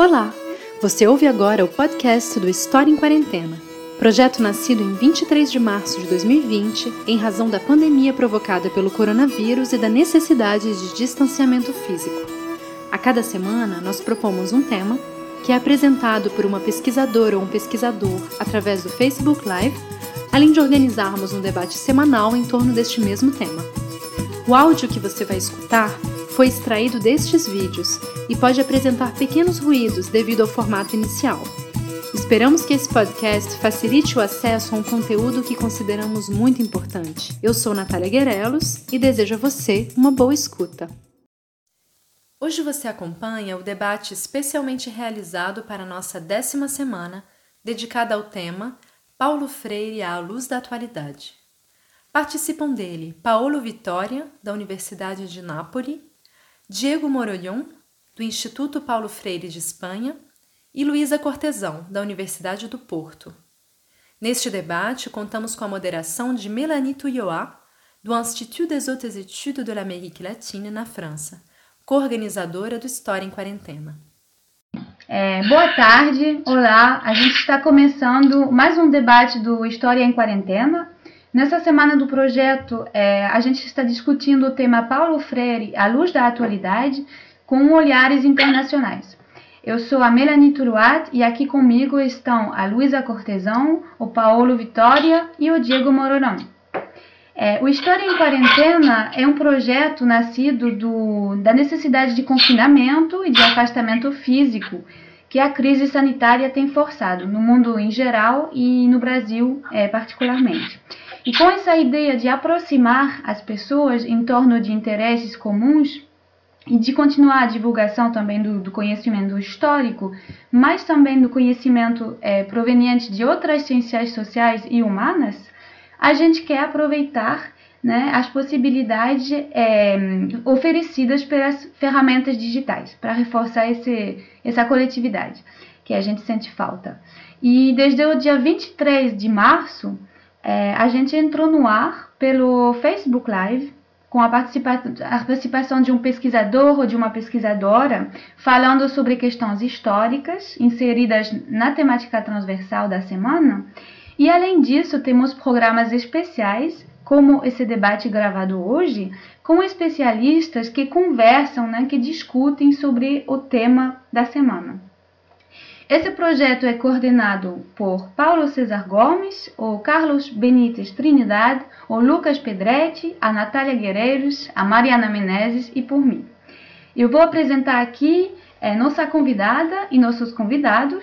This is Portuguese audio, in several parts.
Olá! Você ouve agora o podcast do História em Quarentena, projeto nascido em 23 de março de 2020 em razão da pandemia provocada pelo coronavírus e da necessidade de distanciamento físico. A cada semana, nós propomos um tema que é apresentado por uma pesquisadora ou um pesquisador através do Facebook Live, além de organizarmos um debate semanal em torno deste mesmo tema. O áudio que você vai escutar foi extraído destes vídeos e pode apresentar pequenos ruídos devido ao formato inicial. Esperamos que esse podcast facilite o acesso a um conteúdo que consideramos muito importante. Eu sou Natália Guerelos e desejo a você uma boa escuta. Hoje você acompanha o debate especialmente realizado para a nossa 10ª semana, dedicada ao tema Paulo Freire à luz da atualidade. Participam dele Paolo Vitória, da Universidade de Nápoles, Diego Morollón, do Instituto Paulo Freire de Espanha, e Luísa Cortesão, da Universidade do Porto. Neste debate, contamos com a moderação de Mélanie Touilloat, do Institut des Hautes Études de l'Amérique Latine, na França, co-organizadora do História em Quarentena. Boa tarde, olá, a gente está começando mais um debate do História em Quarentena. Nessa semana do projeto, a gente está discutindo o tema Paulo Freire à luz da atualidade com olhares internacionais. Eu sou a Mélanie Touilloat e aqui comigo estão a Luísa Cortesão, o Paolo Vitória e o Diego Morollón. O História em Quarentena é um projeto nascido da necessidade de confinamento e de afastamento físico que a crise sanitária tem forçado no mundo em geral e no Brasil particularmente. E com essa ideia de aproximar as pessoas em torno de interesses comuns e de continuar a divulgação também do conhecimento histórico, mas também do conhecimento proveniente de outras ciências sociais e humanas, a gente quer aproveitar, né, as possibilidades oferecidas pelas ferramentas digitais para reforçar essa coletividade que a gente sente falta. E desde o dia 23 de março, a gente entrou no ar pelo Facebook Live, com a participação de um pesquisador ou de uma pesquisadora, falando sobre questões históricas inseridas na temática transversal da semana. E, além disso, temos programas especiais, como esse debate gravado hoje, com especialistas que conversam, né, que discutem sobre o tema da semana. Esse projeto é coordenado por Paulo César Gomes, o Carlos Benítez Trinidad, o Lucas Pedretti, a Natália Guerreiros, a Mariana Menezes e por mim. Eu vou apresentar aqui nossa convidada e nossos convidados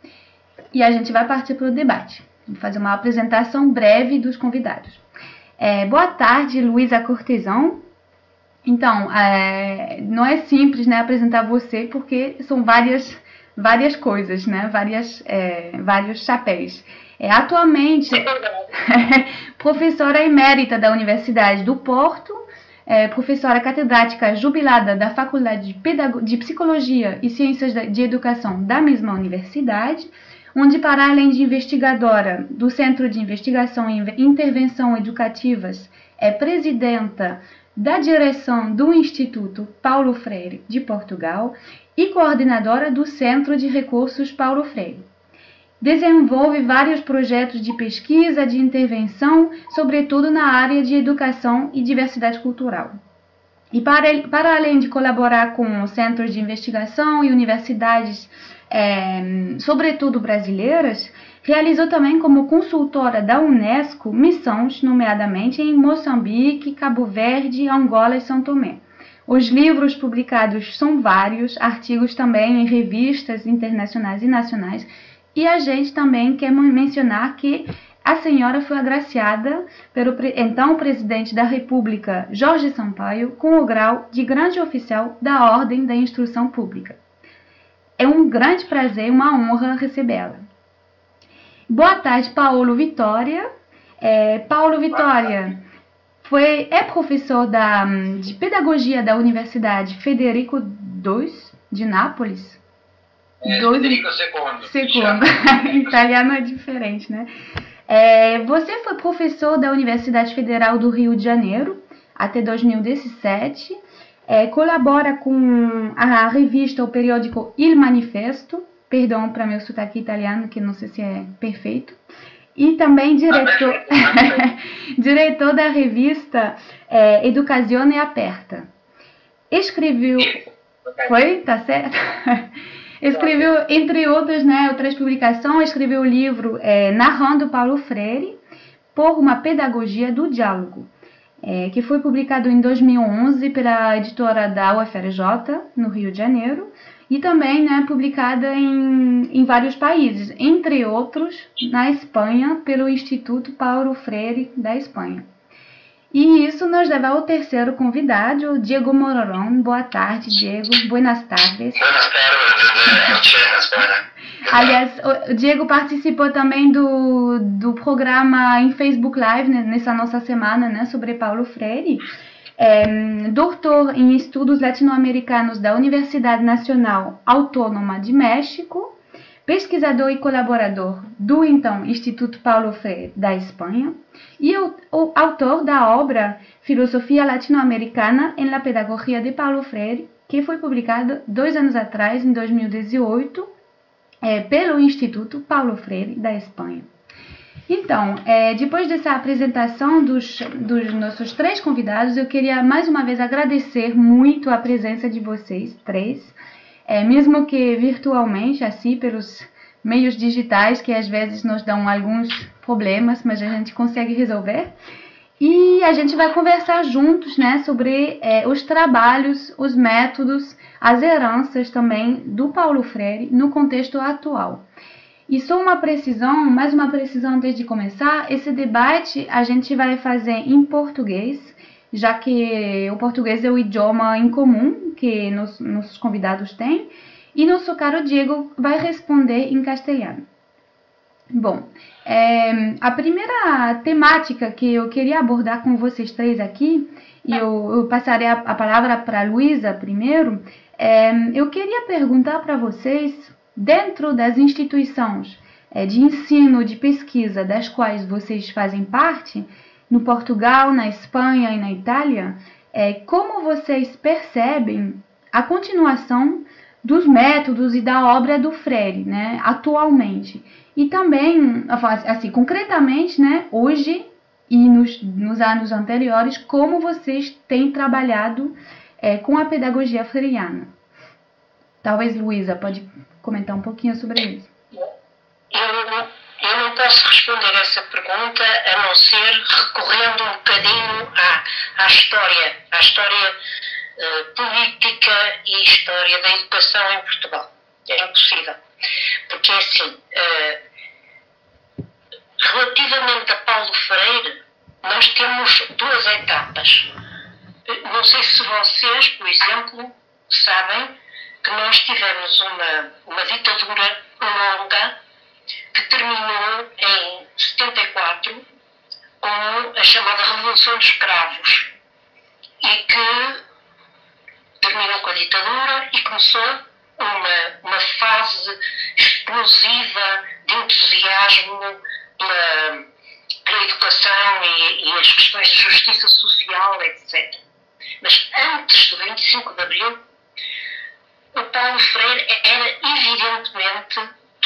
e a gente vai partir para o debate. Vou fazer uma apresentação breve dos convidados. Boa tarde, Luísa Cortesão. Então, não é simples, né, apresentar você, porque são várias coisas, né, vários chapéus. Atualmente, professora emérita da Universidade do Porto, professora catedrática jubilada da Faculdade de Psicologia e Ciências de Educação da mesma universidade, onde, para além de investigadora do Centro de Investigação e Intervenção Educativas, é presidenta da direção do Instituto Paulo Freire de Portugal e coordenadora do Centro de Recursos Paulo Freire. Desenvolve vários projetos de pesquisa, de intervenção, sobretudo na área de educação e diversidade cultural. E para além de colaborar com centros de investigação e universidades, sobretudo brasileiras, realizou também como consultora da Unesco missões, nomeadamente em Moçambique, Cabo Verde, Angola e São Tomé. Os livros publicados são vários, artigos também em revistas internacionais e nacionais, e a gente também quer mencionar que a senhora foi agraciada pelo então presidente da República, Jorge Sampaio, com o grau de grande oficial da Ordem da Instrução Pública. É um grande prazer e uma honra recebê-la. Boa tarde, Paolo Vitória. Paolo Vitória é professor de Pedagogia da Universidade Federico II de Nápoles. Federico II. Italiano é diferente, né? Você foi professor da Universidade Federal do Rio de Janeiro até 2017 colabora com a revista, o periódico Il Manifesto, perdão para meu sotaque italiano, que não sei se é perfeito, e também diretor da revista Educazione Aperta. Escreveu... Foi? Tá certo? Escreveu, entre outras, né, outras publicações, escreveu o livro Narrando Paulo Freire, por uma pedagogia do diálogo, que foi publicado em 2011 pela editora da UFRJ, no Rio de Janeiro, e também, né, publicada em vários países, entre outros na Espanha, pelo Instituto Paulo Freire da Espanha. E isso nos leva ao terceiro convidado, Diego Mororón. Boa tarde, Diego. Buenas tardes. Buenas tardes. Aliás, o Diego participou também do programa em Facebook Live, né, nessa nossa semana, né, sobre Paulo Freire. Doutor em Estudos Latino-Americanos da Universidade Nacional Autônoma de México, pesquisador e colaborador do, então, Instituto Paulo Freire da Espanha, e o autor da obra Filosofia Latino-Americana en la Pedagogia de Paulo Freire, que foi publicado 2 anos atrás, em 2018, pelo Instituto Paulo Freire da Espanha. Então, depois dessa apresentação dos nossos 3 convidados, eu queria mais uma vez agradecer muito a presença de vocês 3, mesmo que virtualmente, assim, pelos meios digitais, que às vezes nos dão alguns problemas, mas a gente consegue resolver. E a gente vai conversar juntos, né, sobre os trabalhos, os métodos, as heranças também do Paulo Freire no contexto atual. E só mais uma precisão antes de começar, esse debate a gente vai fazer em português, já que o português é o idioma em comum que nossos convidados têm, e nosso caro Diego vai responder em castelhano. Bom, a primeira temática que eu queria abordar com vocês 3 aqui, e eu passarei a palavra para a Luísa primeiro, eu queria perguntar para vocês, dentro das instituições de ensino, de pesquisa, das quais vocês fazem parte, no Portugal, na Espanha e na Itália, como vocês percebem a continuação dos métodos e da obra do Freire, né, atualmente. E também, assim, concretamente, né, hoje e nos anos anteriores, como vocês têm trabalhado com a pedagogia freiriana. Talvez Luísa pode comentar um pouquinho sobre isso. Eu não posso responder essa pergunta a não ser recorrendo um bocadinho à história política e história da educação em Portugal. É impossível. Porque é assim, relativamente a Paulo Freire, nós temos 2 etapas. Não sei se vocês, por exemplo, sabem que nós tivemos uma ditadura longa que terminou em 74 com a chamada Revolução dos Cravos e que terminou com a ditadura e começou uma fase explosiva de entusiasmo pela educação e as questões de justiça social, etc. Mas antes do 25 de Abril, o Paulo Freire era evidentemente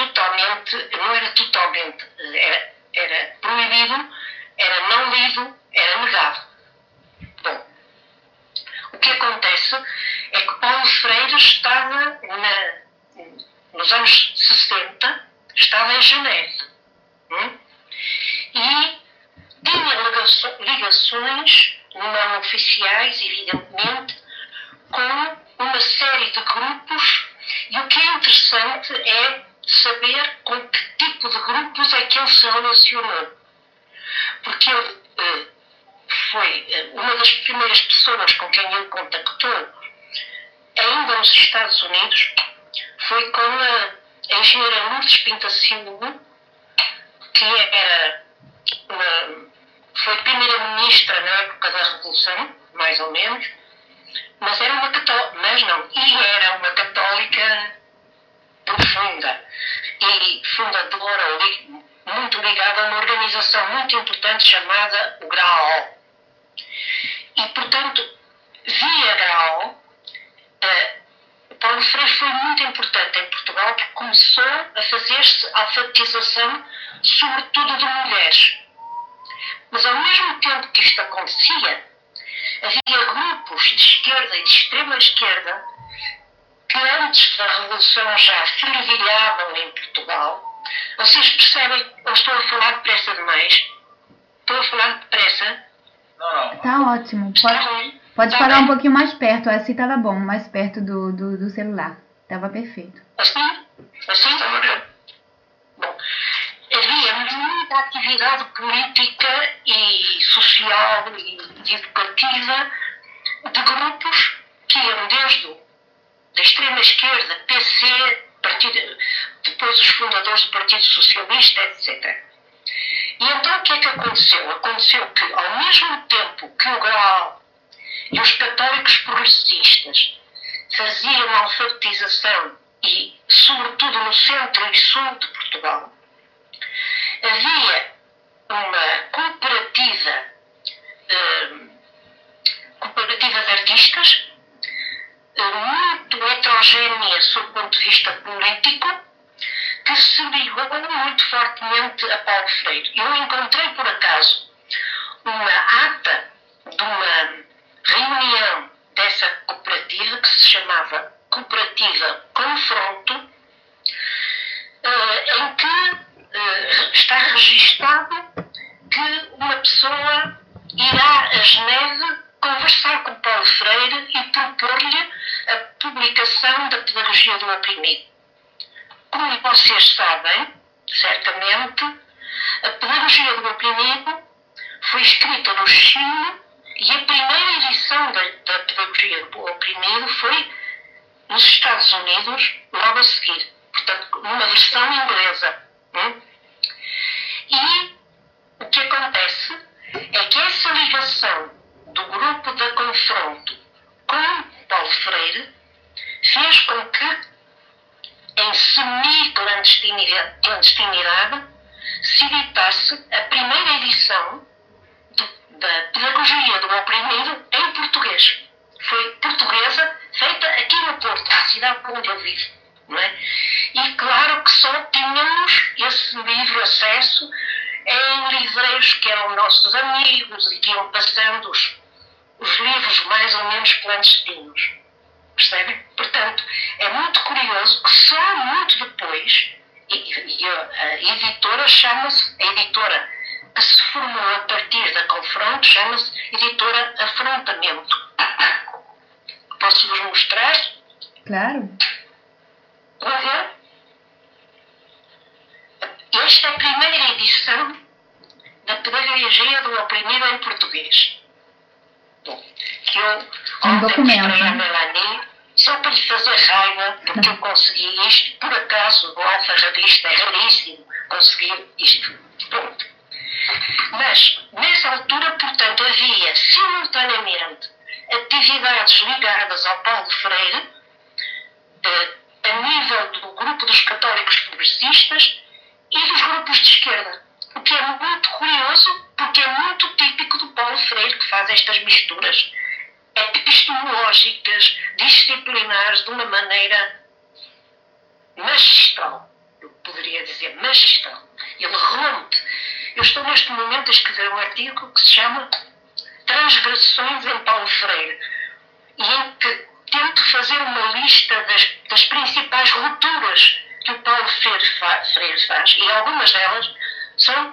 era proibido, era não lido, era negado. Bom, o que acontece é que Paulo Freire estava nos anos 60, estava em Geneve, e tinha ligações não oficiais, evidentemente, com uma série de grupos, e o que é interessante é saber com que tipo de grupos é que ele se relacionou. Porque ele foi uma das primeiras pessoas com quem ele contactou, ainda nos Estados Unidos, foi com a engenheira Lourdes Pintacilgo, que foi primeira-ministra na época da Revolução, mais ou menos, mas era uma católica profunda e fundadora, muito ligada a uma organização muito importante chamada o GRAO. E, portanto, via grau, Paulo Freire foi muito importante em Portugal porque começou a fazer-se alfabetização, sobretudo de mulheres. Mas ao mesmo tempo que isto acontecia, havia grupos de esquerda e de extrema esquerda que antes da Revolução já fervilhavam em Portugal. Vocês percebem, eu estou a falar depressa demais? Estou a falar depressa? Não. Tá ótimo. Está bem? Pode Tá falar bem? um pouquinho mais perto, assim tava bom, mais perto do celular. Tava perfeito. Assim? Assim? Bom, havia muita atividade política e social e educativa de grupos que iam desde da extrema esquerda, PC, depois os fundadores do Partido Socialista, etc. E então o que é que aconteceu? Aconteceu que, ao mesmo tempo que o Grau e os católicos progressistas faziam a alfabetização e, sobretudo no centro e sul de Portugal, havia uma cooperativa de artistas muito heterogénea sob o ponto de vista político, que se ligou muito fortemente a Paulo Freire. Eu encontrei, por acaso, uma ata de uma reunião dessa cooperativa, que se chamava Cooperativa Confronto, em que está registado que uma pessoa irá a Geneve conversar com Paulo Freire e propor-lhe a publicação da Pedagogia do Oprimido. Como vocês sabem, certamente, a Pedagogia do Oprimido foi escrita no Chile e a primeira edição da Pedagogia do Oprimido foi nos Estados Unidos, logo a seguir. Portanto, numa versão inglesa. E o que acontece é que essa ligação do grupo da Confronto com Paulo Freire fez com que, em semi-clandestinidade, se editasse a primeira edição da Pedagogia do Oprimido em português. Foi portuguesa, feita aqui no Porto, a cidade onde eu vivo. Não é? E claro que só tínhamos esse livre acesso em livreiros que eram nossos amigos e que iam passando os livros mais ou menos clandestinos. Percebem? Portanto, é muito curioso que só muito depois, e a editora chama-se, a editora que se formou a partir da Confronto, chama-se Editora Afrontamento. Posso-vos mostrar? Claro. Vão ver? Esta é a primeira edição da Pedagogia do Oprimido em português. Bom, que eu ontem documento, mostrei à né? Melanie, só para lhe fazer raiva, porque eu consegui isto, por acaso, o alfarrabista é raríssimo conseguir isto. Pronto. Mas, nessa altura, portanto, havia simultaneamente atividades ligadas ao Paulo Freire, a nível do grupo dos católicos progressistas e dos grupos de esquerda. O que é muito curioso, porque é muito típico do Paulo Freire, que faz estas misturas epistemológicas, disciplinares, de uma maneira magistral. Eu poderia dizer magistral. Ele rompe. Eu estou neste momento a escrever um artigo que se chama Transgressões em Paulo Freire, e em que tento fazer uma lista das principais rupturas que o Paulo Freire faz, e algumas delas são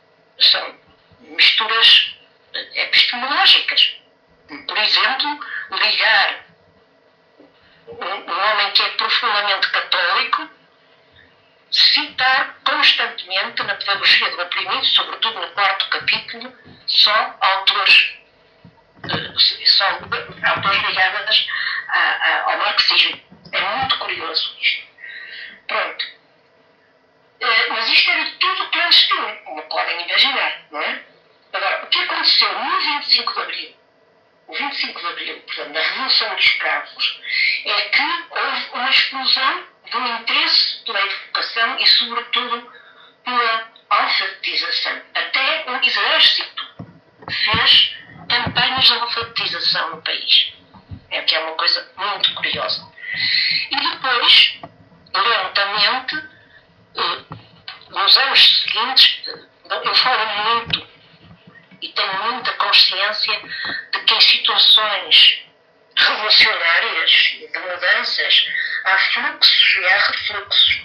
misturas epistemológicas. Por exemplo, ligar um homem que é profundamente católico, citar constantemente na Pedagogia do Oprimido, sobretudo no 4º capítulo, só autores ligados ao marxismo. É muito curioso isto. Pronto. Mas isto era tudo clandestino, como podem imaginar, não é? Agora, o que aconteceu no 25 de Abril? O 25 de Abril, portanto, na Revolução dos Cravos, é que houve uma explosão do interesse pela educação e, sobretudo, pela alfabetização. Até o Exército fez campanhas de alfabetização no país. É que é uma coisa muito curiosa. E depois, lentamente, nos anos seguintes, eu falo muito e tenho muita consciência de que em situações revolucionárias e de mudanças há fluxos e há refluxos.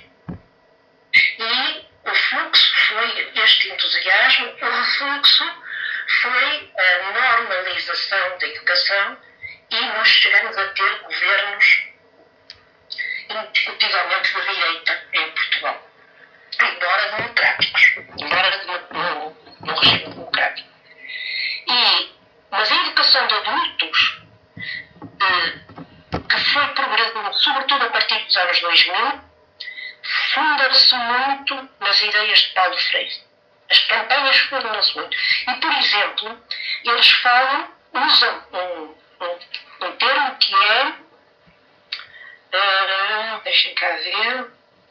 E o fluxo foi este entusiasmo, o refluxo foi a normalização da educação e nós chegamos a ter governos indiscutivelmente de direita em Portugal, embora democráticos, no regime democrático. Mas a educação de adultos, que foi progredindo, sobretudo a partir dos anos 2000, funda-se muito nas ideias de Paulo Freire. As campanhas fundam-se muito. E, por exemplo, eles usam um termo que é, deixem cá ver,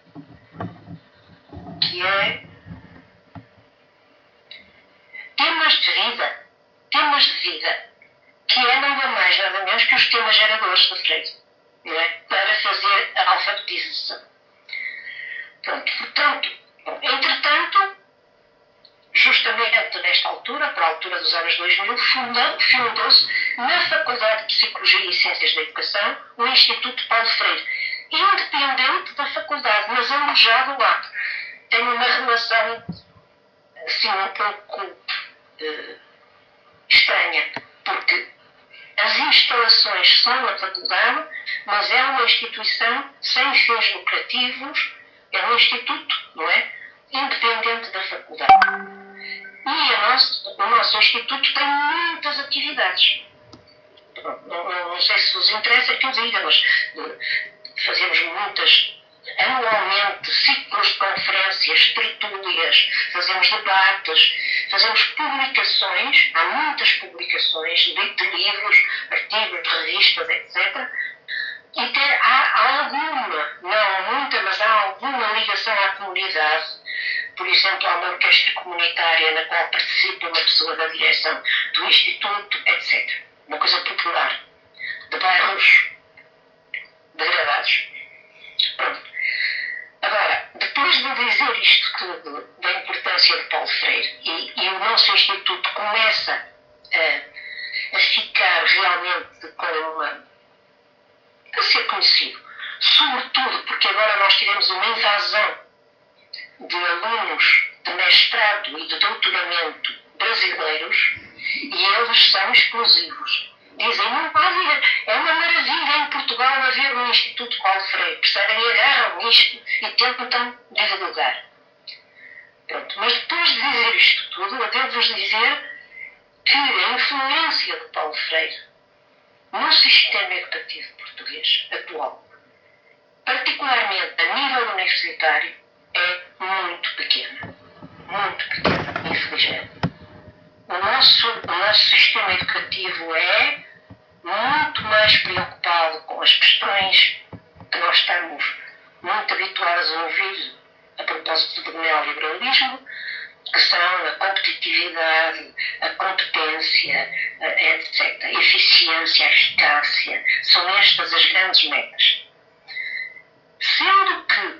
que é temas de vida, que é nada mais nada menos que os temas geradores de Freire, não é? Para fazer a alfabetização. Pronto, portanto, entretanto, justamente nesta altura, para a altura dos anos 2000, fundou-se na Faculdade de Psicologia e Ciências da Educação o Instituto Paulo Freire, independente da faculdade, mas alojado lá. Tem uma relação, assim, um pouco estranha, porque as instalações são na faculdade, mas é uma instituição sem fins lucrativos, é um instituto, não é? Independente da faculdade. E o nosso instituto tem muitas atividades. Não sei se vos interessa que eu diga, mas fazemos anualmente, ciclos de conferências, tertúlias, fazemos debates, fazemos publicações, há muitas publicações de livros, artigos, revistas, etc. E há alguma, não muita, mas há alguma ligação à comunidade. Por exemplo, há uma orquestra comunitária na qual participa uma pessoa da direção do Instituto, etc. Uma coisa popular, de bairros degradados. Pronto. Agora, depois de dizer isto tudo, da importância de Paulo Freire, e o nosso Instituto começa a ficar realmente a ser conhecido, sobretudo porque agora nós tivemos uma invasão de alunos de mestrado e de doutoramento brasileiros e eles são exclusivos. Dizem, não pode haver, é uma maravilha em Portugal haver um Instituto Paulo Freire, percebem? E agarram isto e tentam divulgar. Pronto, mas depois de dizer isto tudo, eu devo-vos dizer que a influência de Paulo Freire no sistema educativo português atual, particularmente a nível universitário, é muito pequena, infelizmente. O nosso sistema educativo é muito mais preocupado com as questões que nós estamos muito habituados a ouvir a propósito do neoliberalismo, que são a competitividade, a competência, etc. A eficiência, a eficácia, são estas as grandes metas. Sendo que,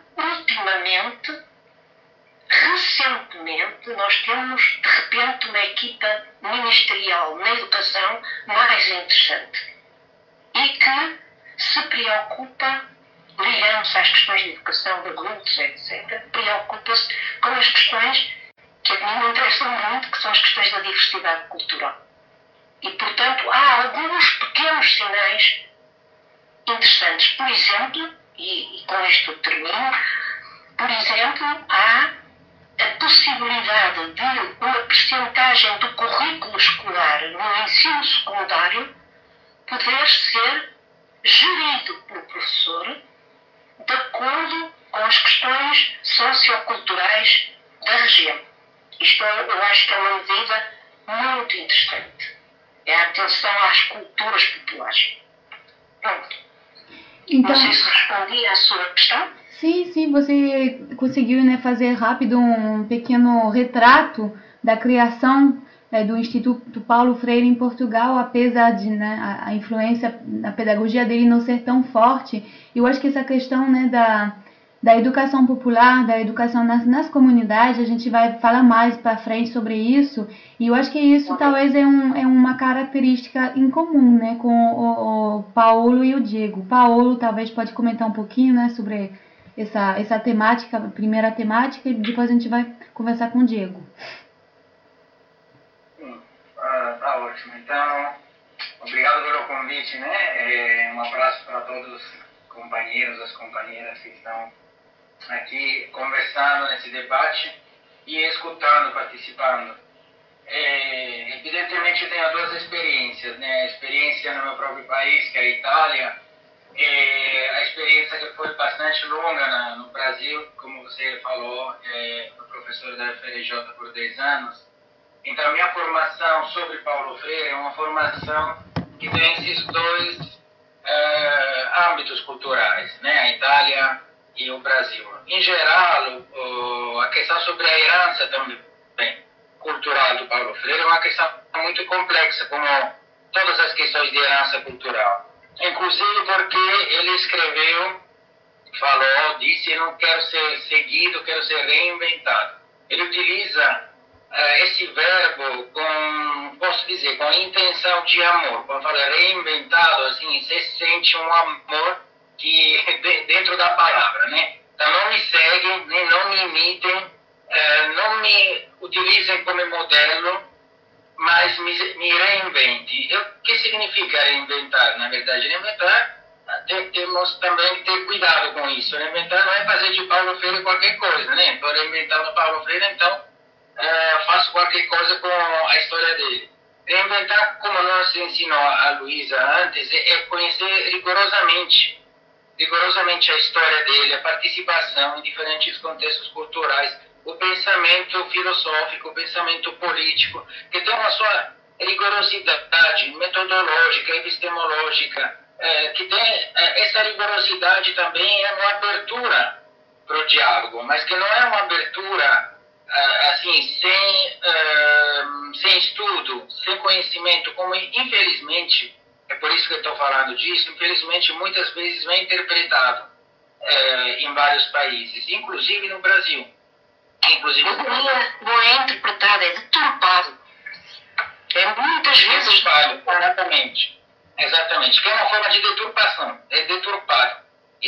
recentemente, nós temos, de repente, uma equipa ministerial na educação mais interessante e que se preocupa, ligando-se às questões de educação de adultos, etc., preocupa-se com as questões que a mim me interessam muito, que são as questões da diversidade cultural. E, portanto, há alguns pequenos sinais interessantes. Por exemplo, e com isto termino, por exemplo, há a possibilidade de uma percentagem do currículo escolar no ensino secundário poder ser gerido pelo professor de acordo com as questões socioculturais da região. Isto eu acho que é uma medida muito interessante. É a atenção às culturas populares. Pronto. Então, não sei se respondi à sua questão. Sim, você conseguiu, né, fazer rápido um pequeno retrato da criação do Instituto Paulo Freire em Portugal, apesar de, né, a influência da pedagogia dele não ser tão forte. Eu acho que essa questão, né, da educação popular, da educação nas comunidades, a gente vai falar mais para frente sobre isso, e eu acho que isso talvez é uma característica em comum, né, com o Paulo e o Diego. O Paulo talvez pode comentar um pouquinho, né, sobre essa temática, a primeira temática, e depois a gente vai conversar com o Diego. Tá ótimo. Então, obrigado pelo convite, né? Um abraço para todos os companheiros, as companheiras que estão aqui conversando nesse debate e escutando, participando. Evidentemente, eu tenho duas experiências, né? A experiência no meu próprio país, que é a Itália, a experiência que foi bastante longa no Brasil, como você falou, fui professor da FRJ por 10 anos. Então, a minha formação sobre Paulo Freire é uma formação que tem esses dois âmbitos culturais, né? A Itália e o Brasil. Em geral, a questão sobre a herança também cultural do Paulo Freire é uma questão muito complexa, como todas as questões de herança cultural. Inclusive porque ele escreveu, falou, disse: eu não quero ser seguido, quero ser reinventado. Ele utiliza esse verbo posso dizer, com a intenção de amor. Quando fala reinventado, assim, você sente um amor que dentro da palavra, né? Então não me seguem, nem não me imitem, não me utilizem como modelo, mas me reinvente. O que significa reinventar? Na verdade, reinventar, temos também que ter cuidado com isso. Reinventar não é fazer de Paulo Freire qualquer coisa, né? Estou reinventando Paulo Freire, então faço qualquer coisa com a história dele. Reinventar, como nos ensinou a Luísa antes, é conhecer rigorosamente a história dele, a participação em diferentes contextos culturais, o pensamento filosófico, o pensamento político, que tem uma sua rigorosidade metodológica, epistemológica, que tem essa rigorosidade também é uma abertura para o diálogo, mas que não é uma abertura assim, sem estudo, sem conhecimento, como infelizmente, é por isso que eu estou falando disso, infelizmente muitas vezes vem interpretado em vários países, inclusive no Brasil. Não é interpretado, é deturpado. Muitas vezes. Deturpado, exatamente, que é uma forma de deturpação, é deturpado.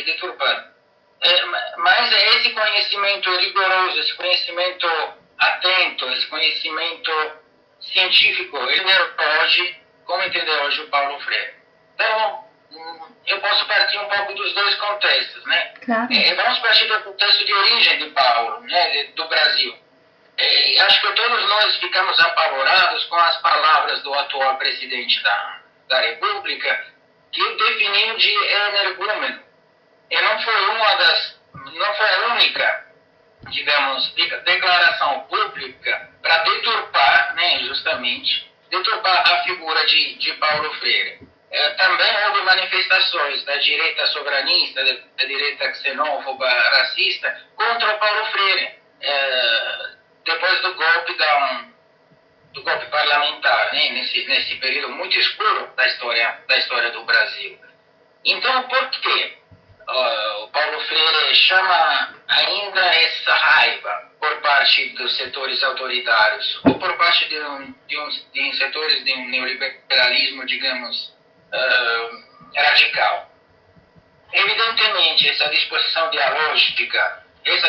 Mas é esse conhecimento rigoroso, esse conhecimento atento, esse conhecimento científico, como entender hoje o Paulo Freire. Então, eu posso partir um pouco dos dois contextos, né? Claro. Vamos partir do contexto de origem de Paulo, né, do Brasil. Acho que todos nós ficamos apavorados com as palavras do atual presidente da República, que o definiu de energúmeno. E não foi a única, digamos, declaração pública para deturpar, né, justamente, deturpar a figura de Paulo Freire. Também houve manifestações da direita soberanista, da direita xenófoba, racista, contra o Paulo Freire, depois do golpe parlamentar, né, nesse período muito escuro da história do Brasil. Então, por quê? O Paulo Freire chama ainda essa raiva por parte dos setores autoritários ou por parte de setores de um neoliberalismo, digamos, radical. Evidentemente, essa disposição dialógica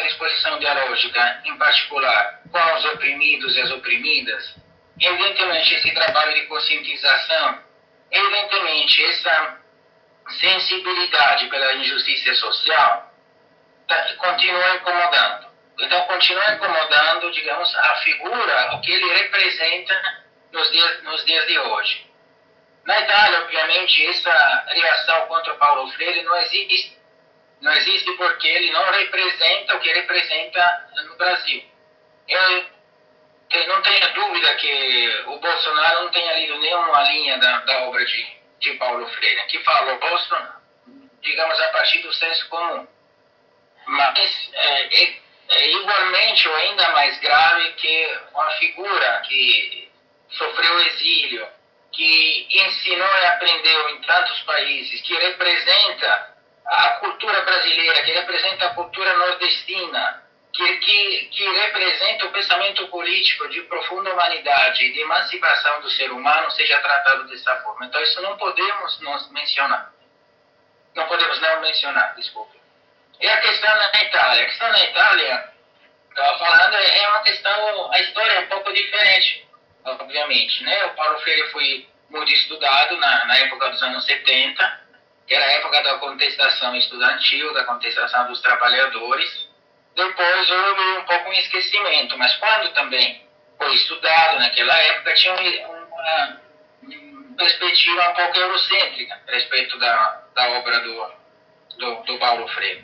em particular com os oprimidos e as oprimidas, evidentemente esse trabalho de conscientização, evidentemente essa sensibilidade pela injustiça social continua incomodando. Então, continua incomodando, digamos, a figura, o que ele representa nos dias de hoje. Na Itália, obviamente, essa reação contra o Paulo Freire não existe. Não existe porque ele não representa o que representa no Brasil. Eu não tenho dúvida que o Bolsonaro não tenha lido nenhuma linha da obra de Paulo Freire, que falou, digamos, a partir do senso comum. Mas é igualmente ou ainda mais grave que uma figura que sofreu exílio, que ensinou e aprendeu em tantos países, que representa a cultura brasileira, que representa a cultura nordestina, que representa o pensamento político de profunda humanidade, de emancipação do ser humano, seja tratado dessa forma. Então, isso não podemos não mencionar. Não podemos não mencionar, desculpe. E a questão na Itália. A questão na Itália, estava falando, é uma questão, a história é um pouco diferente, obviamente, né? O Paulo Freire foi muito estudado na época dos anos 70, que era a época da contestação estudantil, da contestação dos trabalhadores. Depois houve um pouco um esquecimento, mas quando também foi estudado naquela época, tinha uma perspectiva um pouco eurocêntrica a respeito da obra do Paulo Freire.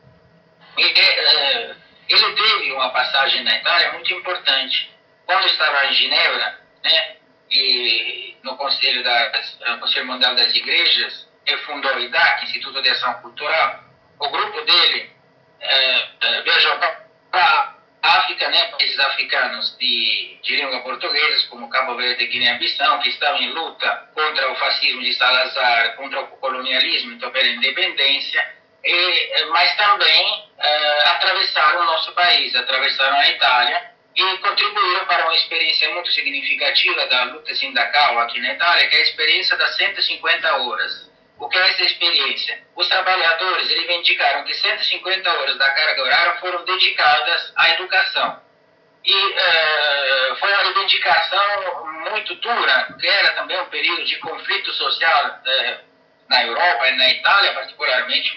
Ele teve uma passagem na Itália muito importante. Quando estava em Genebra, né, e no Conselho Mundial das Igrejas, ele fundou o IDAC, Instituto de Ação Cultural. O grupo dele viajou para a África, né, países africanos de língua portuguesa, como Cabo Verde e Guiné-Bissau, que estavam em luta contra o fascismo de Salazar, contra o colonialismo, então pela independência, mas também atravessaram o nosso país, atravessaram a Itália e contribuíram para uma experiência muito significativa da luta sindical aqui na Itália, que é a experiência das 150 horas. O que é essa experiência? Os trabalhadores reivindicaram que 150 horas da carga horária foram dedicadas à educação. E foi uma reivindicação muito dura, porque era também um período de conflito social na Europa e na Itália, particularmente,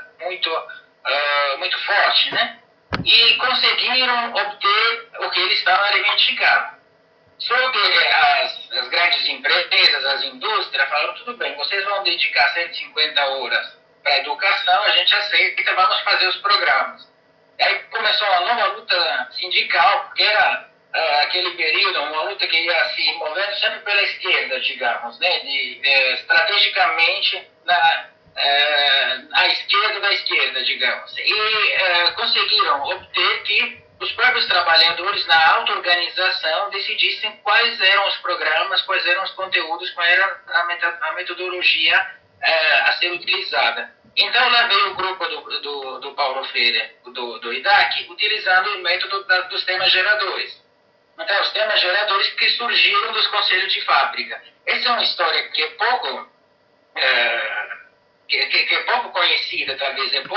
muito forte, né? E conseguiram obter o que eles estavam reivindicando. Só que as grandes empresas, as indústrias, falaram, tudo bem, vocês vão dedicar 150 horas para a educação, a gente aceita, vamos fazer os programas. E aí começou uma nova luta sindical, porque era aquele período, uma luta que ia se movendo sempre pela esquerda, digamos, né, estrategicamente à esquerda da esquerda, digamos. E conseguiram obter que os próprios trabalhadores, na auto-organização, decidissem quais eram os programas, quais eram os conteúdos, qual era a metodologia a ser utilizada. Então, lá veio o grupo do Paulo Freire, do IDAC, utilizando o método dos temas geradores. Então, os temas geradores que surgiram dos conselhos de fábrica. Essa é uma história que é pouco conhecida, talvez, é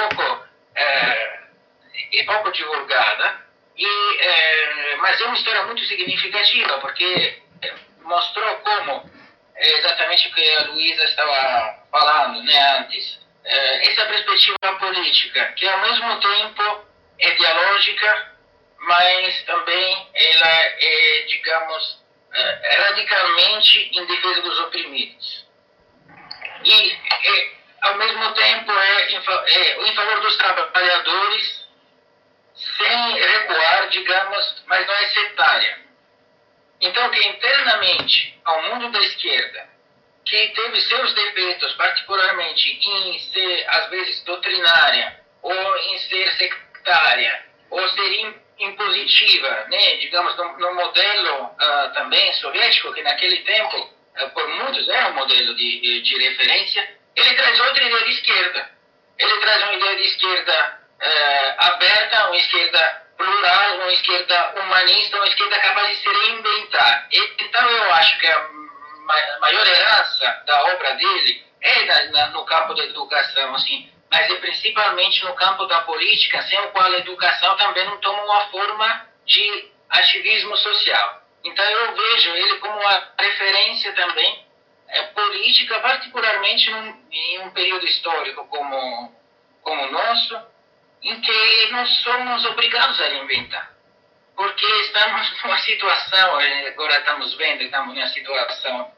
pouco divulgada, mas é uma história muito significativa, porque mostrou como, exatamente o que a Luísa estava falando, né, antes, essa perspectiva política, que ao mesmo tempo é dialógica, mas também ela é, digamos, radicalmente em defesa dos oprimidos. E, ao mesmo tempo, em favor dos trabalhadores, sem recuar, digamos, mas não é sectária. Então, que internamente, ao mundo da esquerda, que teve seus defeitos, particularmente em ser, às vezes, doutrinária, ou em ser sectária, ou ser impositiva, né? Digamos, no modelo também soviético, que naquele tempo, por muitos, era um modelo de referência, ele traz outra ideia de esquerda. Ele traz uma ideia de esquerda aberta, uma esquerda plural, uma esquerda humanista, uma esquerda capaz de se reinventar. Então, eu acho que a maior herança da obra dele é no campo da educação, assim, mas é principalmente no campo da política, sem o qual a educação também não toma uma forma de ativismo social. Então, eu vejo ele como uma referência também política, particularmente em um período histórico como o nosso, em que nós somos obrigados a reinventar. Porque estamos numa situação, agora estamos vendo, estamos numa situação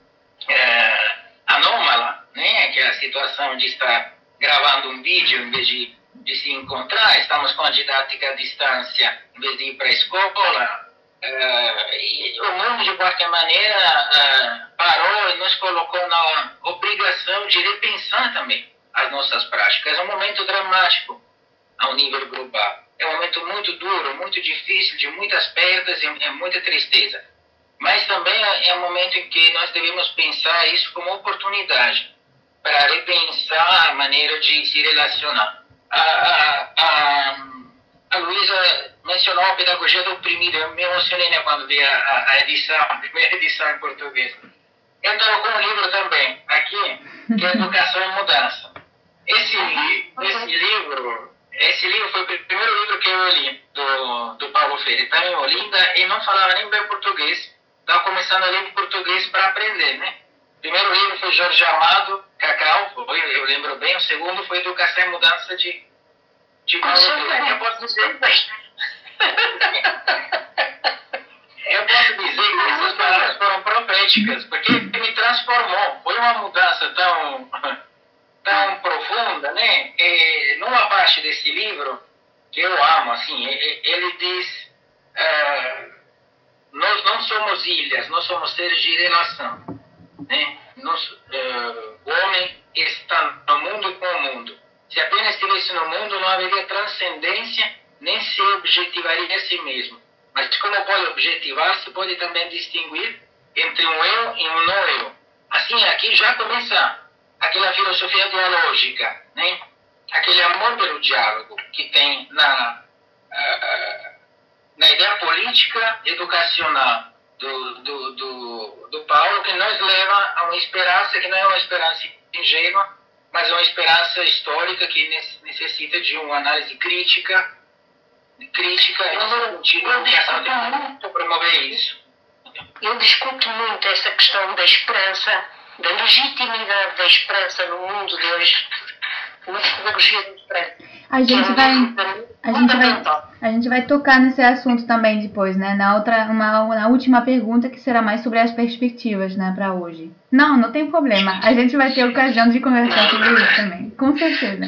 anômala, né? Que é a situação de estar gravando um vídeo em vez de se encontrar, estamos com a didática à distância em vez de ir para a escola. E o mundo, de qualquer maneira, parou e nos colocou na obrigação de repensar também as nossas práticas. É um momento dramático ao nível global. É um momento muito duro, muito difícil, de muitas perdas e muita tristeza. mas também é um momento em que nós devemos pensar isso como oportunidade para repensar a maneira de se relacionar. A Luísa mencionou a pedagogia do oprimido. Eu me emocionei, né, quando vi a primeira edição em português. Eu estava com um livro também aqui, que é Educação e Mudança. Esse livro foi o primeiro livro que eu li do Paulo Freire. Estava em Olinda e não falava nem bem português. Estava começando a ler português para aprender, né? O primeiro livro foi Jorge Amado, Cacau, eu lembro bem. O segundo foi Educação e Mudança de Paulo Freire. Eu posso dizer que essas palavras foram proféticas, porque me transformou. Foi uma mudança tão profunda, né? E numa parte desse livro, que eu amo, assim, ele diz, nós não somos ilhas, nós somos seres de relação, né? O homem está no mundo com o mundo. Se apenas estivesse no mundo, não haveria transcendência, nem se objetivaria a si mesmo. Mas como pode objetivar-se, pode também distinguir entre um eu e um não eu. Assim, aqui já começa aquela filosofia dialógica, né? Aquele amor pelo diálogo que tem na ideia política educacional do Paulo, que nos leva a uma esperança que não é uma esperança ingênua, mas é uma esperança histórica que necessita de uma análise crítica nesse sentido, para promover isso. Eu discuto muito essa questão da esperança, da legitimidade da esperança no mundo de hoje, na pedagogia da esperança. A gente vai tocar nesse assunto também depois, né? Na última pergunta, que será mais sobre as perspectivas, né, para hoje. Não tem problema. A gente vai ter ocasião de conversar sobre isso também, com certeza.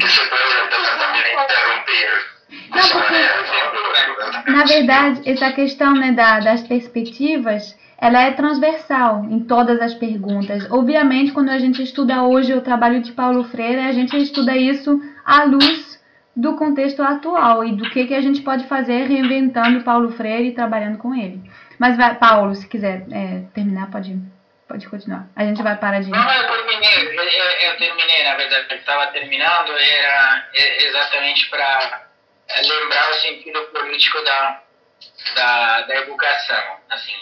Não, porque, na verdade, essa questão, né, das perspectivas, ela é transversal em todas as perguntas. Obviamente, quando a gente estuda hoje o trabalho de Paulo Freire, a gente estuda isso à luz do contexto atual e do que a gente pode fazer reinventando Paulo Freire e trabalhando com ele. Mas, Paulo, se quiser terminar, pode continuar. A gente vai parar de... Não, eu terminei, na verdade, eu estava terminando, era exatamente para lembrar o sentido político da educação, assim,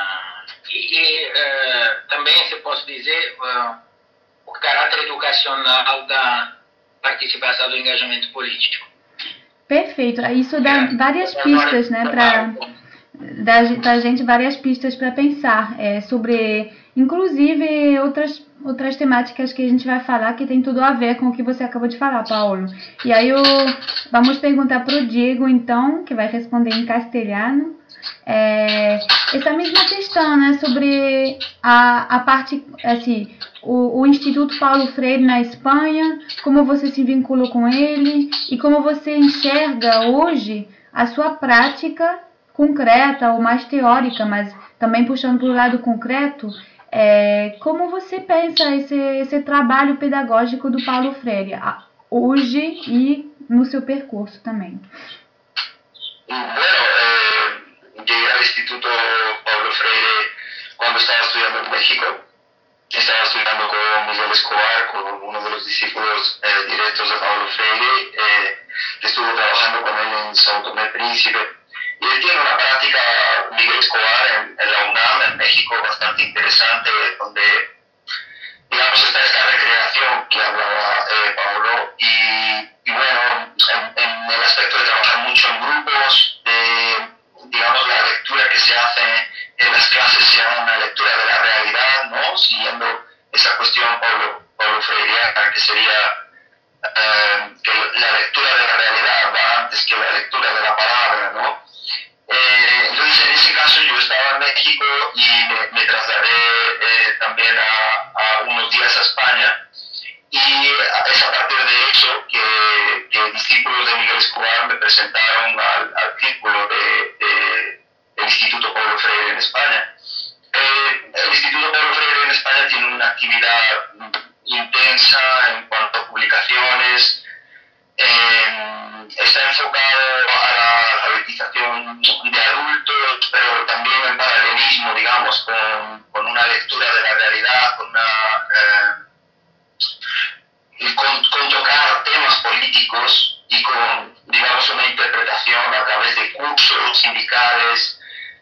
também, se eu posso dizer, o caráter educacional da participação do engajamento político. Perfeito, isso dá várias pistas, né, pra gente várias pistas para pensar sobre, inclusive, outras temáticas que a gente vai falar que tem tudo a ver com o que você acabou de falar, Paulo. E aí vamos perguntar para o Diego, então, que vai responder em castelhano, essa mesma questão, né, sobre a parte, assim, o Instituto Paulo Freire na Espanha, como você se vinculou com ele e como você enxerga hoje a sua prática concreta ou mais teórica, mas também puxando para o lado concreto, como você pensa esse trabalho pedagógico do Paulo Freire hoje e no seu percurso também? Llegué al Instituto Pablo Freire cuando estaba estudiando en México. Estaba estudiando con Miguel Escobar, con uno de los discípulos directos de Pablo Freire, que estuvo trabajando con él en São Tomé y Príncipe. Y él tiene una práctica, Miguel Escobar, en la UNAM, en México, bastante interesante, donde, digamos, está esta recreación que hablaba Pablo. Y bueno, en el aspecto de trabajar mucho en grupos, digamos, la lectura que se hace en las clases sea una lectura de la realidad, ¿no? Siguiendo esa cuestión Paulo Freireana, que sería que la lectura de la realidad va antes que la lectura de la palabra, ¿no? Entonces, en ese caso, yo estaba en México y me trasladé también a unos días a España. Y es a partir de eso que discípulos de Miguel Escobar me presentaron al círculo del Instituto Paulo Freire en España. El Instituto Paulo Freire en España tiene una actividad intensa en cuanto a publicaciones, está enfocado a la alfabetización de adultos, pero también en paralelismo, digamos, grupos sindicales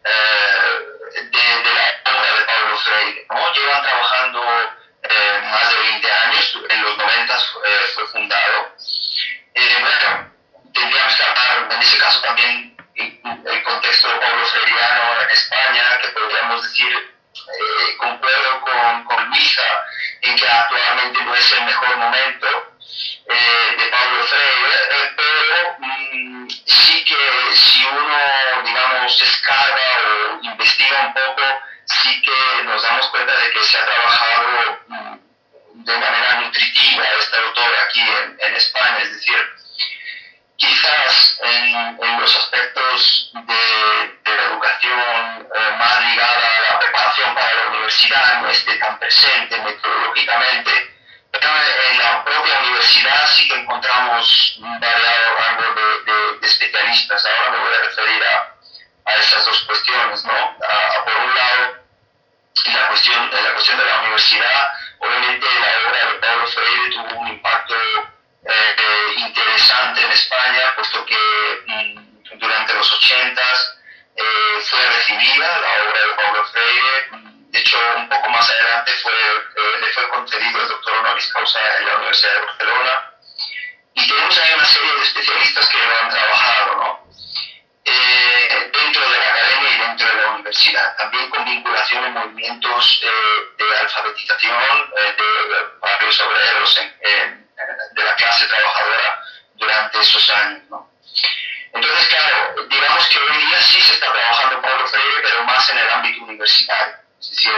de la obra de Paulo Freire, ¿no? Llevan trabajando más de 20 años, en los 90 fue fundado. Bueno, tendríamos que hablar, en ese caso también, el contexto de Paulo Freiriano en España, que podríamos decir, concuerdo con Luisa, en que actualmente no es el mejor momento de Paulo Freire, pero sí que si uno, digamos, escarba o investiga un poco, sí que nos damos cuenta de que se ha trabajado de manera nutritiva este autor aquí en España, es decir, quizás en los aspectos de la educación más ligada a la preparación para la universidad no esté tan presente metodológicamente, pero en la propia universidad sí que encontramos un variado rango de especialistas. Ahora me voy a referir a esas dos cuestiones, ¿no? Por un lado, la cuestión de la universidad, obviamente la obra de Paulo Freire tuvo un impacto interesante en España, puesto que durante los 80s fue recibida la obra de Paulo Freire. De hecho, un poco más adelante le fue concedido el doctor honoris causa en la Universidad de Barcelona. Y tenemos ahí una serie de especialistas que lo han trabajado, ¿no? Dentro de la academia y dentro de la universidad, también con vinculación en movimientos de alfabetización de barrios obreros de la clase trabajadora durante esos años, ¿no? Entonces, claro, digamos que hoy día sí se está trabajando en Paulo Freire, pero más en el ámbito universitario, es decir,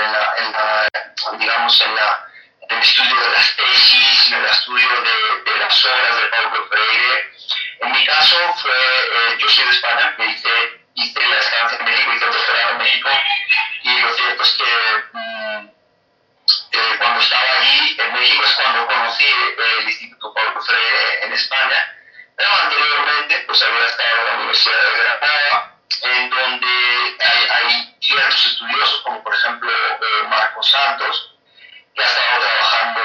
en el estudio de las tesis, en el estudio de las obras de Paulo Freire. En mi caso yo soy de España, me hice la estancia en México, hice el doctorado en México, y lo cierto es que cuando estaba allí en México es cuando conocí el Instituto Paulo Freire en España, pero anteriormente pues había estado en la Universidad de Granada, en donde hay ciertos estudiosos como por ejemplo Marcos Santos, que ha estado trabajando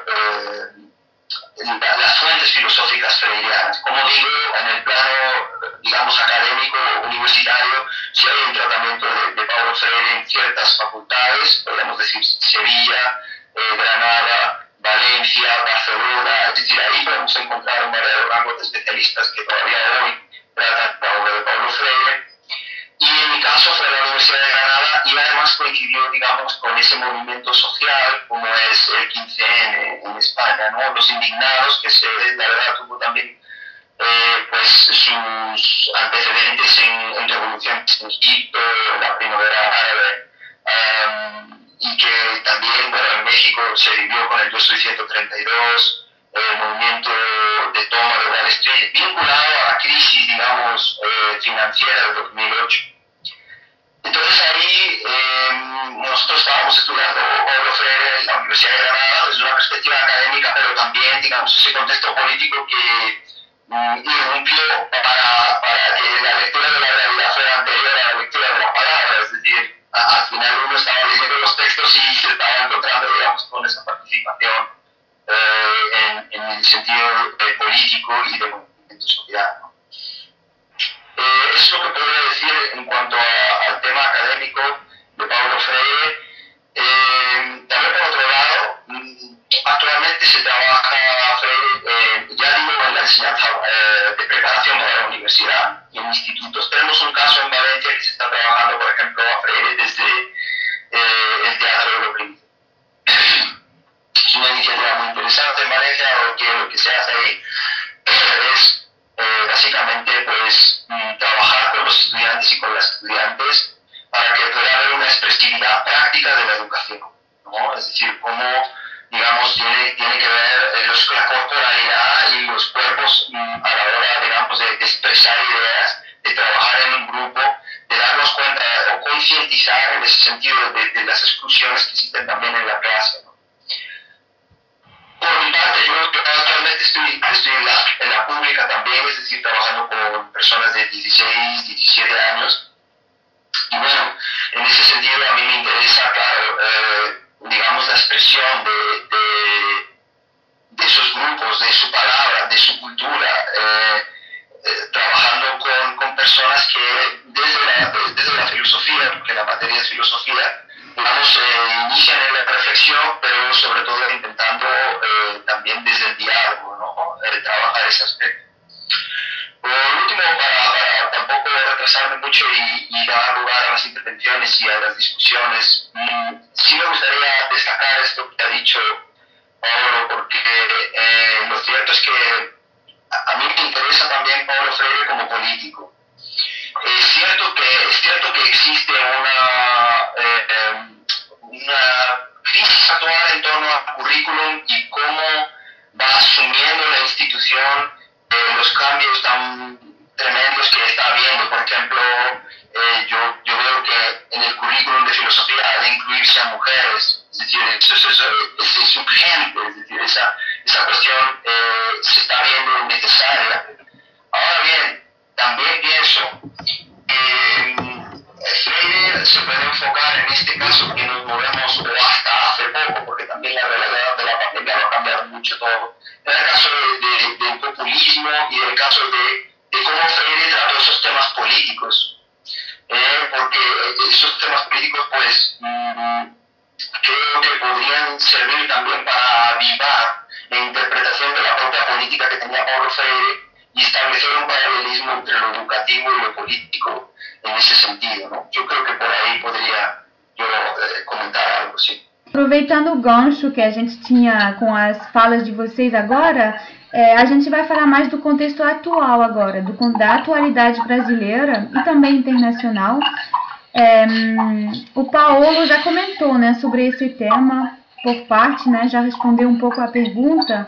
las fuentes filosóficas freirianas. Como digo, en el plano, digamos, académico, universitario, sí hay un tratamiento de Paulo Freire en ciertas facultades, podemos decir Sevilla, Granada, Valencia, Barcelona, es decir, ahí podemos encontrar un verdadero rango de especialistas que todavía hoy tratan la obra de Paulo Freire. Y en mi caso fue la Universidad de Granada y además coincidió, digamos, con ese movimiento social como es el 15N en España, ¿no? Los indignados, que la verdad tuvo también pues sus antecedentes en revoluciones en Egipto, la primavera árabe, y que también, bueno, en México se vivió con el Yo Soy 132, el movimiento de toma de Wall Street, vinculado a la crisis, digamos, financiera del 2008. Entonces ahí nosotros estábamos estudiando Paulo Freire en la Universidad de Granada desde una perspectiva académica, pero también, digamos, ese contexto político que irrumpió para que la lectura de la realidad fuera anterior a la lectura de la palabra, es decir, al final uno estaba leyendo los textos y se estaba encontrando, digamos, con esa participación en el sentido político y de movimiento social, ¿no? Eso es lo que podría decir en cuanto al tema académico de Paulo Freire. También por otro lado, actualmente se trabaja Freire, ya digo, en la enseñanza de preparación para la universidad y en institutos. Tenemos un caso en Valencia que se está trabajando, por ejemplo, a Freire desde el Teatro de lo Príncipe. Es una iniciativa muy interesante en Valencia, lo que se hace ahí es básicamente pues trabajar con los estudiantes y con las estudiantes para que pueda haber una expresividad práctica de la educación, ¿no? Es decir, cómo, digamos, tiene que ver la corporalidad y los cuerpos a la hora, digamos, de expresar ideas, de trabajar en un grupo, de darnos cuenta o concientizar en ese sentido de las exclusiones que existen también en la clase, ¿no? Por mi parte, yo actualmente estoy en la pública también, es decir, trabajando con personas de 16, 17 años. Y bueno, en ese sentido a mí me interesa, claro, digamos, la expresión de esos grupos, de su palabra, de su cultura, trabajando con personas que desde la filosofía, porque la materia es filosofía, digamos, inician en la reflexión, pero sobre todo intentando también desde el diálogo, ¿no? Trabajar ese aspecto. Por último, para tampoco retrasarme mucho y dar lugar a las intervenciones y a las discusiones, sí me gustaría destacar esto que ha dicho Pablo, porque lo cierto es que a mí me interesa también Paulo Freire como político. Es cierto que existe una crisis actual en torno al currículum y cómo va asumiendo la institución los cambios tan tremendos que está habiendo. Por ejemplo, yo veo que en el currículum de filosofía ha de incluirse a mujeres, es decir, eso es urgente, es decir, esa cuestión se está viendo necesaria. Ahora bien, también pienso que Freire se puede enfocar en este caso que nos movemos, o hasta hace poco, porque también la realidad de la pandemia va a cambiar mucho todo, en el caso del populismo y en el caso de cómo Freire trató esos temas políticos, porque esos temas políticos pues creo que podrían servir también para avivar la interpretación de la propia política que tenía Paulo Freire y establecer un paralelismo entre lo educativo y lo político en ese sentido, ¿no? Yo creo que por aí poderia eu comentar algo assim. Aproveitando o gancho que a gente tinha com as falas de vocês agora, a gente vai falar mais do contexto atual agora, da atualidade brasileira e também internacional. O Paulo já comentou, né, sobre esse tema por parte, né, já respondeu um pouco a pergunta.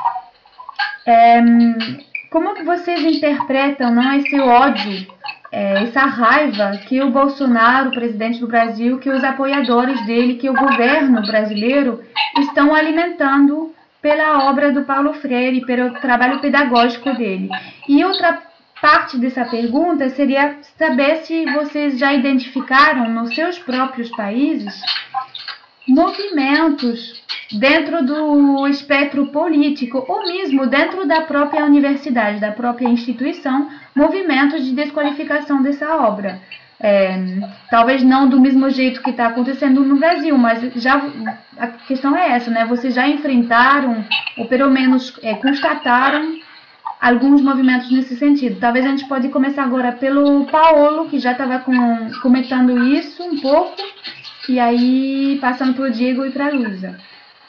Como que vocês interpretam, não, esse ódio, essa raiva que o Bolsonaro, o presidente do Brasil, que os apoiadores dele, que o governo brasileiro estão alimentando pela obra do Paulo Freire, pelo trabalho pedagógico dele? E outra parte dessa pergunta seria saber se vocês já identificaram nos seus próprios países movimentos dentro do espectro político ou mesmo dentro da própria universidade, da própria instituição, movimentos de desqualificação dessa obra. Talvez não do mesmo jeito que está acontecendo no Brasil, mas a questão é essa, né? Vocês já enfrentaram, ou pelo menos constataram, alguns movimentos nesse sentido. Talvez a gente pode começar agora pelo Paulo, que já estava comentando isso um pouco, e aí passando para o Diego e para a Luísa.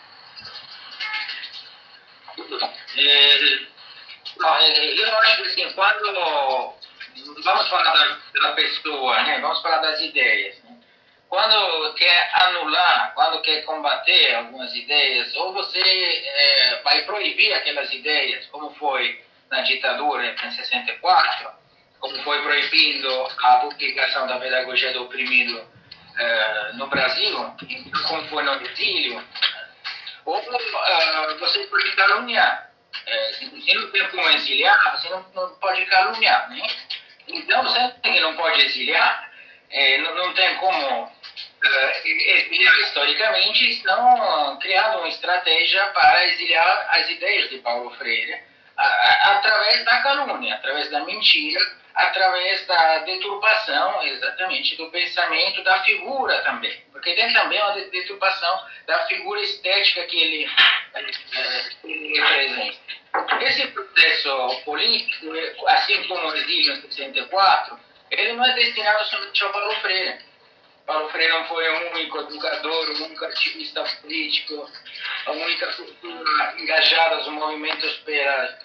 Eu acho que assim, quando vamos falar da pessoa, né? Vamos falar das ideias, né? Quando quer anular, quando quer combater algumas ideias, ou você vai proibir aquelas ideias, como foi na ditadura em 64, como foi proibindo a publicação da pedagogia do oprimido no Brasil, como foi no exílio, ou você pode caluniar. Se não tem como exiliar, você não pode caluniar, né? Então, você que não pode exiliar, não tem como exiliar historicamente, estão criando uma estratégia para exiliar as ideias de Paulo Freire através da calúnia, através da mentira, através da deturpação, exatamente, do pensamento, da figura também. Porque tem também uma deturpação da figura estética que ele representa. Esse processo político, assim como o exílio em 64, ele não é destinado somente ao Paulo Freire. Paulo Freire não foi o único educador, o único ativista político, a única cultura engajada nos movimentos pela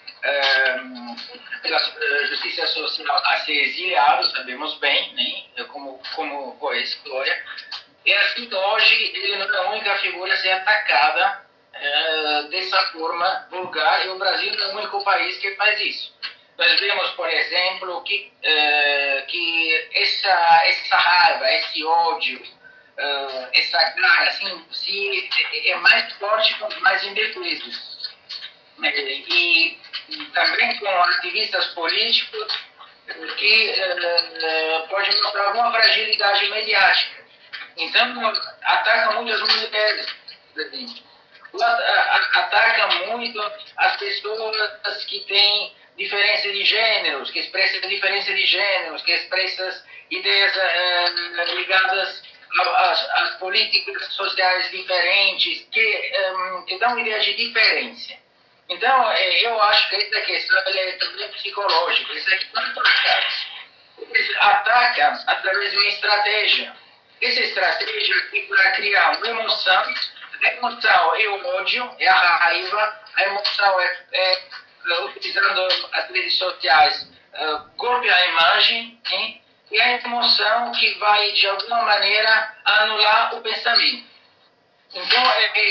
justiça social a ser exiliado, sabemos bem, né, como foi a história. E assim, hoje, ele não é a única figura a ser atacada dessa forma vulgar, e o Brasil não é o único país que faz isso. Nós vemos, por exemplo, que essa raiva, esse ódio, essa garra, assim, é mais forte com os mais indefesos. E também com ativistas políticos que pode mostrar alguma fragilidade mediática. Então, ataca muito as mulheres, por exemplo. Ataca muito as pessoas que têm diferença de gêneros, que expressa diferença de gêneros, que expressa ideias ligadas às políticas sociais diferentes, que dão ideia de diferença. Então, eu acho que essa questão é também psicológica, essa questão é por acaso. Eles atacam através de uma estratégia. Essa estratégia é para criar uma emoção. A emoção é o ódio, é a raiva. A emoção utilizando as redes sociais, golpe à imagem, hein? E a emoção que vai, de alguma maneira, anular o pensamento. Então,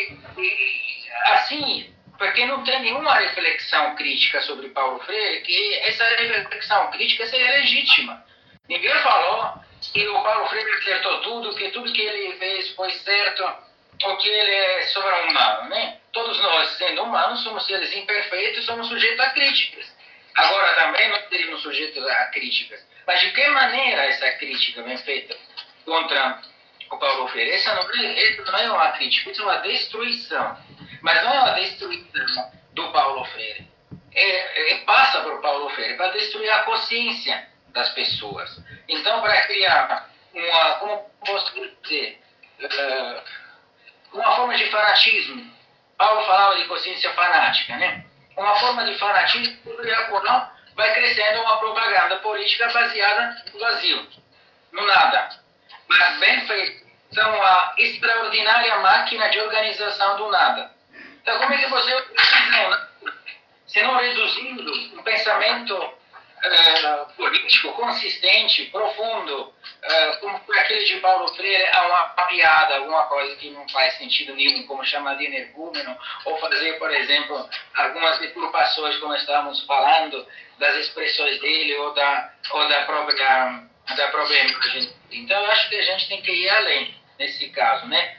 assim, porque não tem nenhuma reflexão crítica sobre Paulo Freire, que essa reflexão crítica seria legítima. Ninguém falou que o Paulo Freire acertou tudo, que tudo que ele fez foi certo, ou que ele é sobre-humano, né? Todos nós, sendo humanos, somos seres imperfeitos, somos sujeitos a críticas. Agora, também não seríamos sujeitos a críticas. Mas de que maneira essa crítica vem feita contra o Paulo Freire? Essa não é uma crítica, isso é uma destruição. Mas não é uma destruição do Paulo Freire. Passa para o Paulo Freire para destruir a consciência das pessoas. Então, para criar como posso dizer, uma forma de fanatismo. Paulo falava de consciência fanática, né? Uma forma de fanatismo, vai crescendo uma propaganda política baseada no vazio, no nada. Mas bem feito. São a extraordinária máquina de organização do nada. Então, como é que você, se não reduzindo um pensamento político consistente, profundo, como aquele de Paulo Freire, a uma piada, alguma coisa que não faz sentido nenhum, como chamar de energúmeno, ou fazer, por exemplo, algumas deturpações, como estávamos falando, das expressões dele ou da própria imagem. Então, eu acho que a gente tem que ir além, nesse caso, né,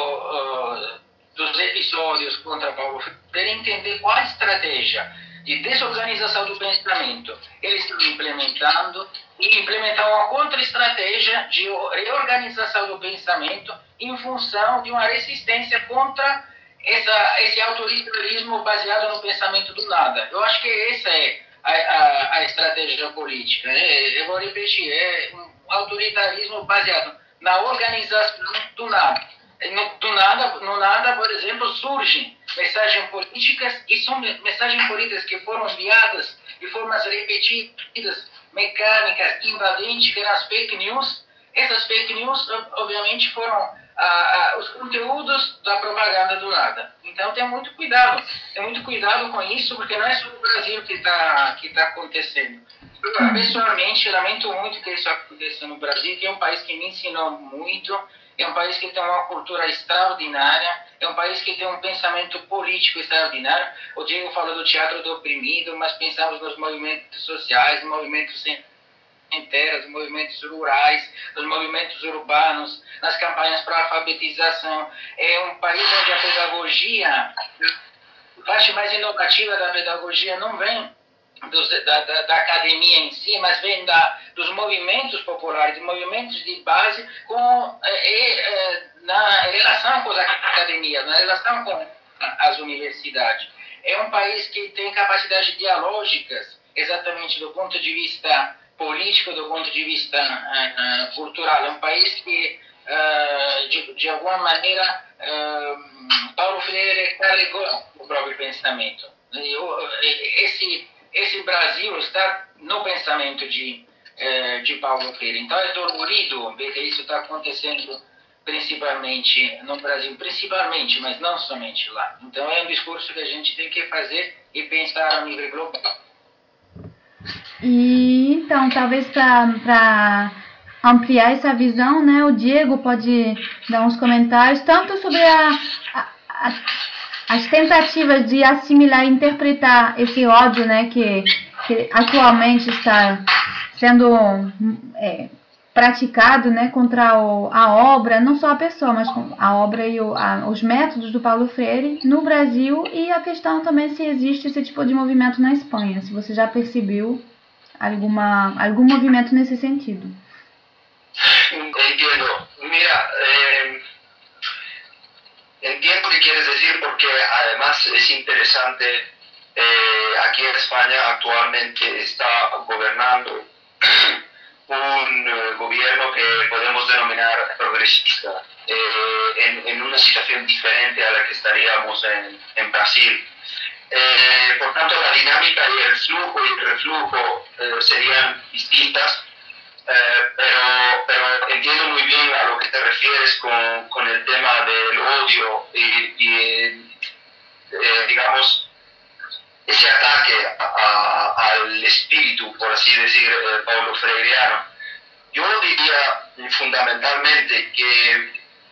dos episódios contra Paulo Freire, entender qual a estratégia de desorganização do pensamento eles estão implementando e implementar uma contra-estratégia de reorganização do pensamento em função de uma resistência contra esse autoritarismo baseado no pensamento do nada. Eu acho que essa é a estratégia política. Eu vou repetir, é um autoritarismo baseado na organização do nada. No nada, por exemplo, surgem mensagens políticas, e são mensagens políticas que foram enviadas de formas repetidas, mecânicas, invadentes, que eram as fake news. Essas fake news, obviamente, foram os conteúdos da propaganda do nada. Então, tem muito cuidado com isso, porque não é só o Brasil que está acontecendo. Eu, pessoalmente, lamento muito que isso aconteça no Brasil, que é um país que me ensinou muito. É um país que tem uma cultura extraordinária, é um país que tem um pensamento político extraordinário. O Diego falou do teatro do oprimido, mas pensamos nos movimentos sociais, movimentos sem terras, movimentos rurais, nos movimentos urbanos, nas campanhas para alfabetização. É um país onde a pedagogia, a parte mais inovativa da pedagogia não vem da academia em si, mas vem dos movimentos populares, dos movimentos de base, na relação com as academias, na relação com as universidades. É um país que tem capacidades dialógicas, exatamente do ponto de vista político, do ponto de vista cultural. É um país que, de alguma maneira, Paulo Freire carregou o próprio pensamento. Esse Brasil está no pensamento de Paulo Freire. Então é dolorido ver que isso está acontecendo principalmente no Brasil, principalmente, mas não somente lá. Então é um discurso que a gente tem que fazer e pensar a nível global. E então, talvez para ampliar essa visão, né, o Diego pode dar uns comentários, tanto sobre as tentativas de assimilar e interpretar esse ódio, né, que atualmente está sendo praticado, né, contra a obra, não só a pessoa, mas a obra e os métodos do Paulo Freire no Brasil, e a questão também se existe esse tipo de movimento na Espanha, se você já percebeu algum movimento nesse sentido. Entiendo. Mira, entiendo lo que quieres decir porque además es interesante Aquí en España actualmente está gobernando un gobierno que podemos denominar progresista, en una situación diferente a la que estaríamos en Brasil. Por tanto, la dinámica y el flujo y el reflujo serían distintas, pero entiendo muy bien a lo que te refieres con el tema del odio y digamos, ese ataque al espíritu, por así decir, Paulo Freireano. Yo diría fundamentalmente que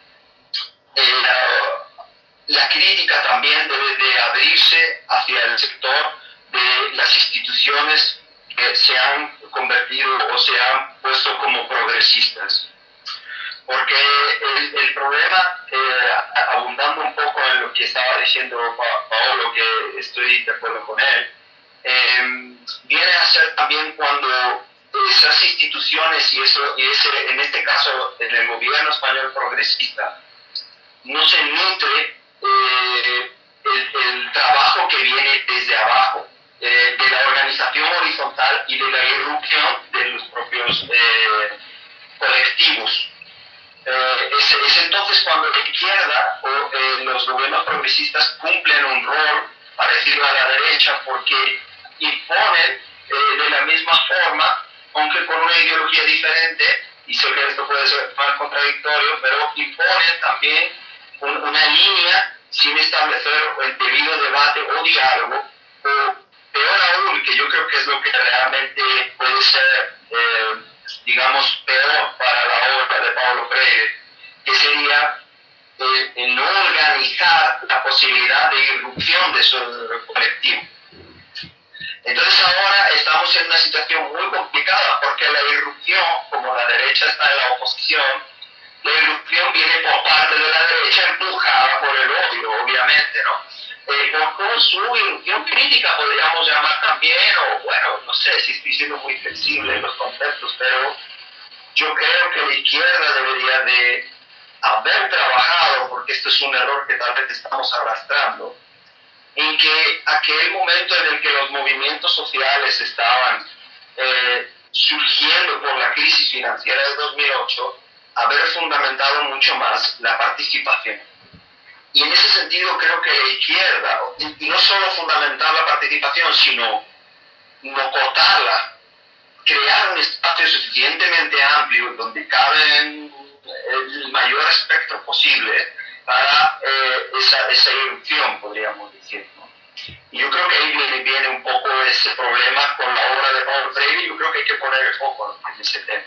la crítica también debe de abrirse hacia el sector de las instituciones que se han convertido o se han puesto como progresistas. Porque el problema, abundando un poco en lo que estaba diciendo Paolo, que estoy de acuerdo con él, viene a ser también cuando esas instituciones en este caso en el gobierno español progresista, no se nutre el trabajo que viene desde abajo, de la organización horizontal y de la irrupción de los propios colectivos. Es entonces cuando la izquierda o los gobiernos progresistas cumplen un rol parecido a la derecha, porque imponen de la misma forma, aunque con una ideología diferente, y sé que esto puede ser más contradictorio, pero imponen también una línea sin establecer el debido debate o diálogo, o peor aún, que yo creo que es lo que realmente puede ser, digamos, peor para la obra de Paulo Freire, que sería el no organizar la posibilidad de irrupción de esos colectivos. Entonces ahora estamos en una situación muy complicada, porque la irrupción, como la derecha está en la oposición, la irrupción viene por parte de la derecha empujada por el odio, obviamente, ¿no? Con su irrupción crítica podríamos llamar también, o bueno, no sé si estoy siendo muy flexible en los conceptos, pero yo creo que la izquierda debería de haber trabajado, porque esto es un error que tal vez estamos arrastrando, en que aquel momento en el que los movimientos sociales estaban surgiendo por la crisis financiera de 2008, haber fundamentado mucho más la participación. Y en ese sentido creo que la izquierda, y no solo fundamentar la participación, sino no cortarla, crear un espacio suficientemente amplio donde caben el mayor espectro posible para esa irrupción, podríamos decir, ¿no? Y yo creo que ahí viene un poco ese problema con la obra de Paulo Freire, y yo creo que hay que poner el foco en ese tema.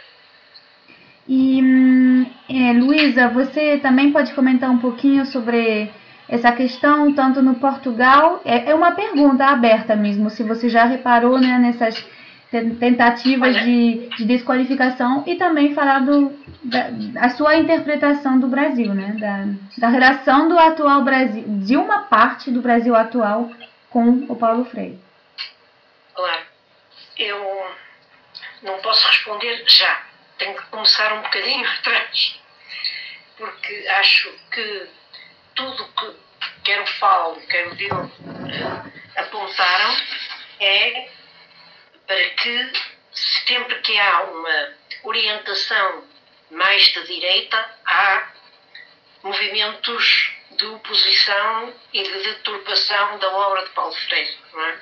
E, Luísa, você também pode comentar um pouquinho sobre essa questão, tanto no Portugal, é uma pergunta aberta mesmo, se você já reparou, né, nessas tentativas de desqualificação, e também falar da sua interpretação do Brasil, né, da relação do atual Brasil, de uma parte do Brasil atual com o Paulo Freire. Claro, eu não posso responder já, tenho que começar um bocadinho atrás, porque acho que tudo que quer o Paulo, quer o Diogo apontaram é para que sempre que há uma orientação mais de direita, há movimentos de oposição e de deturpação da obra de Paulo Freire, não é?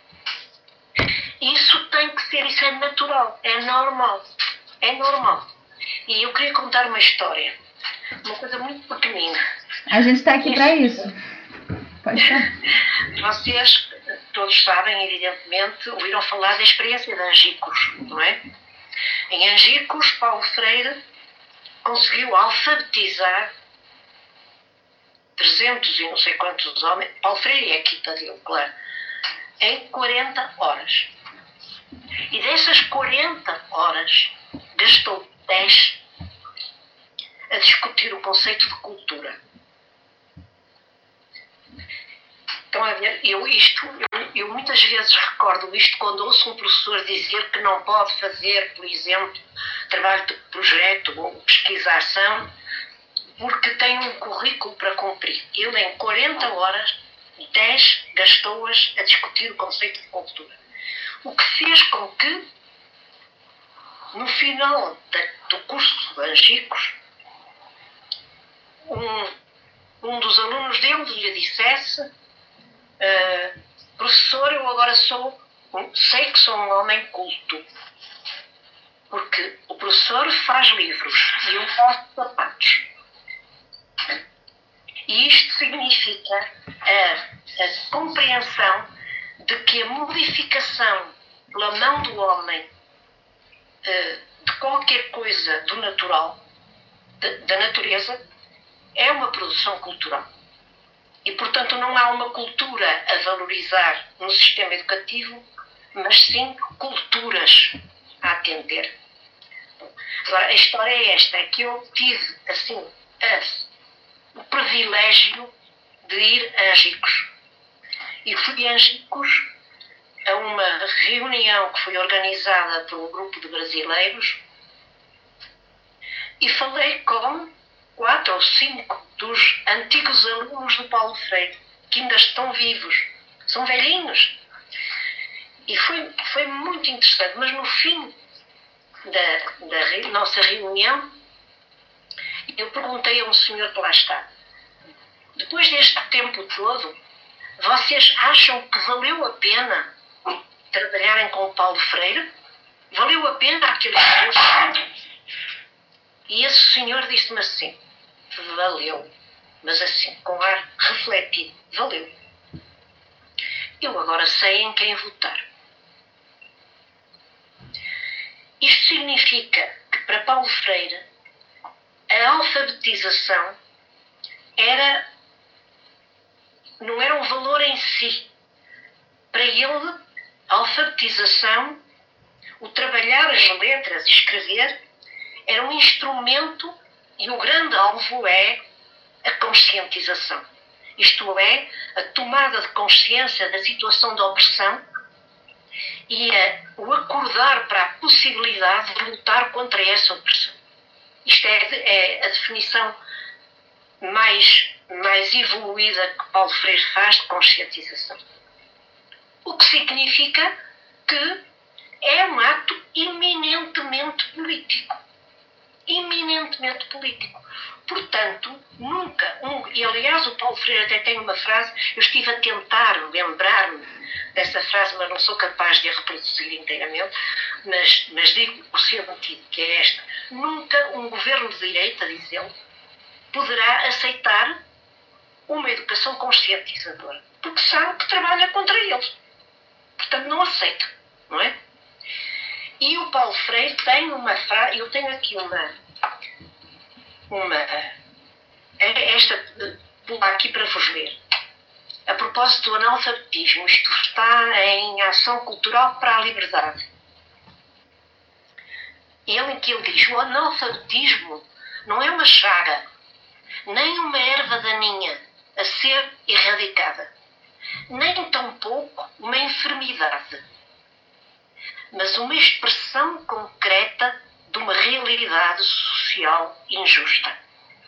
Isso tem que ser, isso é natural, é normal. É normal. E eu queria contar uma história, uma coisa muito pequenina. A gente está aqui para isso. Pode ser. Vocês todos sabem, evidentemente, ouviram falar da experiência de Angicos, não é? Em Angicos, Paulo Freire conseguiu alfabetizar 300 e não sei quantos homens, Paulo Freire é a quinta dele, claro, em 40 horas. E dessas 40 horas, gastou 10 a discutir o conceito de cultura. Estão a ver? Eu muitas vezes recordo isto quando ouço um professor dizer que não pode fazer, por exemplo, trabalho de projeto ou pesquisação, porque tem um currículo para cumprir. Ele, em 40 horas, 10 gastou-as a discutir o conceito de cultura. O que fez com que, no final do curso de Angicos, um dos alunos dele lhe dissesse: professor, eu agora sei que sou um homem culto, porque o professor faz livros e eu faço sapatos. E isto significa a compreensão de que a modificação pela mão do homem de qualquer coisa do natural, da natureza, é uma produção cultural. E, portanto, não há uma cultura a valorizar no sistema educativo, mas sim culturas a atender. Agora, a história é esta, é que eu tive, assim, o privilégio de ir a Angicos. E fui a Angicos a uma reunião que foi organizada por um grupo de brasileiros e falei com 4 ou 5 dos antigos alunos do Paulo Freire, que ainda estão vivos, são velhinhos. E foi muito interessante, mas no fim da nossa reunião, eu perguntei a um senhor que lá está: depois deste tempo todo, vocês acham que valeu a pena trabalharem com o Paulo Freire? Valeu a pena aquele esforço? E esse senhor disse-me assim: valeu, mas assim, com ar refletido, valeu. Eu agora sei em quem votar. Isto significa que para Paulo Freire a alfabetização não era um valor em si. Para ele, a alfabetização, o trabalhar as letras e escrever, era um instrumento e o grande alvo é a conscientização. Isto é, a tomada de consciência da situação de opressão e o acordar para a possibilidade de lutar contra essa opressão. Isto é a definição mais evoluída que Paulo Freire faz de conscientização. O que significa que é um ato eminentemente político. Eminentemente político. Portanto, nunca, e aliás o Paulo Freire até tem uma frase, eu estive a tentar lembrar-me dessa frase, mas não sou capaz de a reproduzir inteiramente, mas digo o sentido, que é esta: nunca um governo de direita, diz ele, poderá aceitar uma educação conscientizadora, porque sabe que trabalha contra eles. Portanto, não aceita, não é? E o Paulo Freire tem uma frase, eu tenho aqui vou aqui para vos ler. A propósito do analfabetismo, isto está em Ação Cultural para a Liberdade. Em que ele diz: o analfabetismo não é uma chaga, nem uma erva daninha a ser erradicada, nem tampouco uma enfermidade, mas uma expressão concreta de uma realidade social injusta.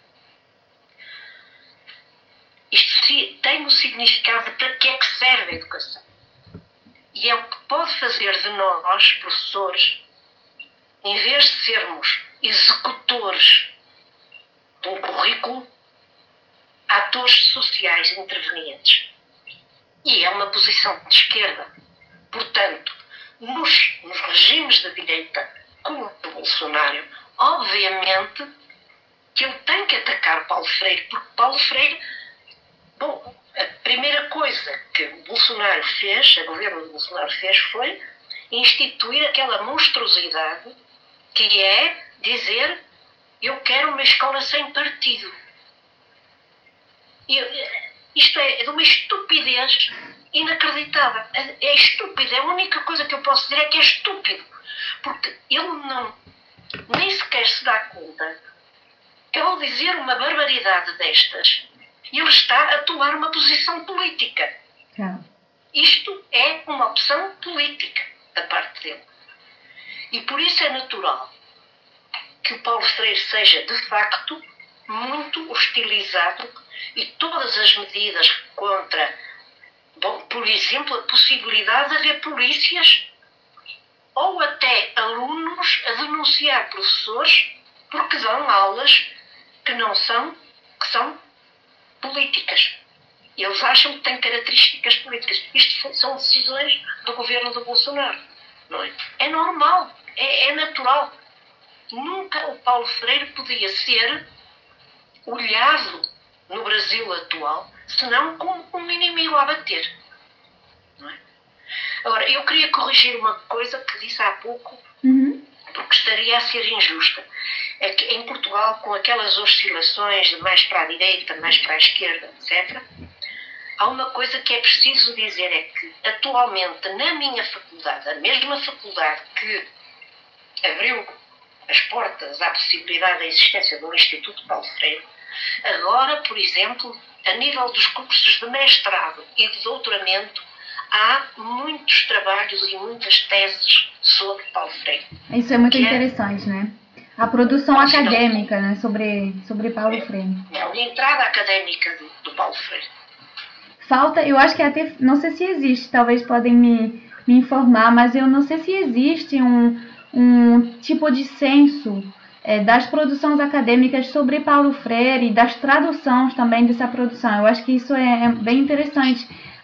Isto tem um significado de para que é que serve a educação. E é o que pode fazer de nós, professores, em vez de sermos executores de um currículo, atores sociais intervenientes. E é uma posição de esquerda. Portanto, nos regimes da direita, como o Bolsonaro, obviamente que ele tem que atacar Paulo Freire, porque Paulo Freire, a primeira coisa que o Bolsonaro fez, o governo de Bolsonaro fez, foi instituir aquela monstruosidade que é dizer: eu quero uma escola sem partido. Isto é de uma estupidez inacreditável. É estúpido. A única coisa que eu posso dizer é que é estúpido. Porque ele nem sequer se dá conta que, ao dizer uma barbaridade destas, ele está a tomar uma posição política. Isto é uma opção política da parte dele. E por isso é natural que o Paulo Freire seja, de facto, muito hostilizado, e todas as medidas contra Bom, por exemplo, a possibilidade de haver polícias ou até alunos a denunciar professores porque dão aulas que são políticas. Eles acham que têm características políticas. Isto são decisões do governo do Bolsonaro, não é? É normal, é natural. Nunca o Paulo Freire podia ser olhado no Brasil atual, senão como um inimigo a bater, não é? Agora, eu queria corrigir uma coisa que disse há pouco, porque estaria a ser injusta. É que em Portugal, com aquelas oscilações de mais para a direita, mais para a esquerda, etc., há uma coisa que é preciso dizer, é que atualmente na minha faculdade, a mesma faculdade que abriu as portas à possibilidade da existência do Instituto Paulo Freire, agora, por exemplo, a nível dos cursos de mestrado e de doutoramento, há muitos trabalhos e muitas teses sobre Paulo Freire. Isso é muito interessante, né? A produção acadêmica, né, sobre Paulo Freire. A entrada académica do Paulo Freire. Falta, eu acho que até, não sei se existe, talvez podem me informar, mas eu não sei se existe um tipo de censo das produções acadêmicas sobre Paulo Freire e das traduções também dessa produção. Eu acho que isso é bem interessante.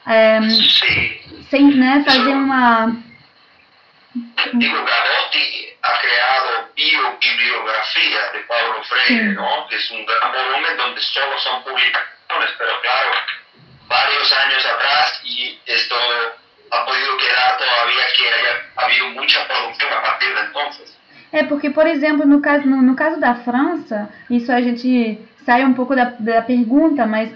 Sem, né, fazer uma... Digo, Gadotti ha creado Biobibliografía de Paulo Freire, ¿no? Que es un gran volumen donde solo son publicaciones, pero claro, varios años atrás, y esto ha podido quedar todavía que haya habido mucha producción a partir de entonces. Porque, por exemplo, no caso da França, isso a gente sai um pouco da pergunta, mas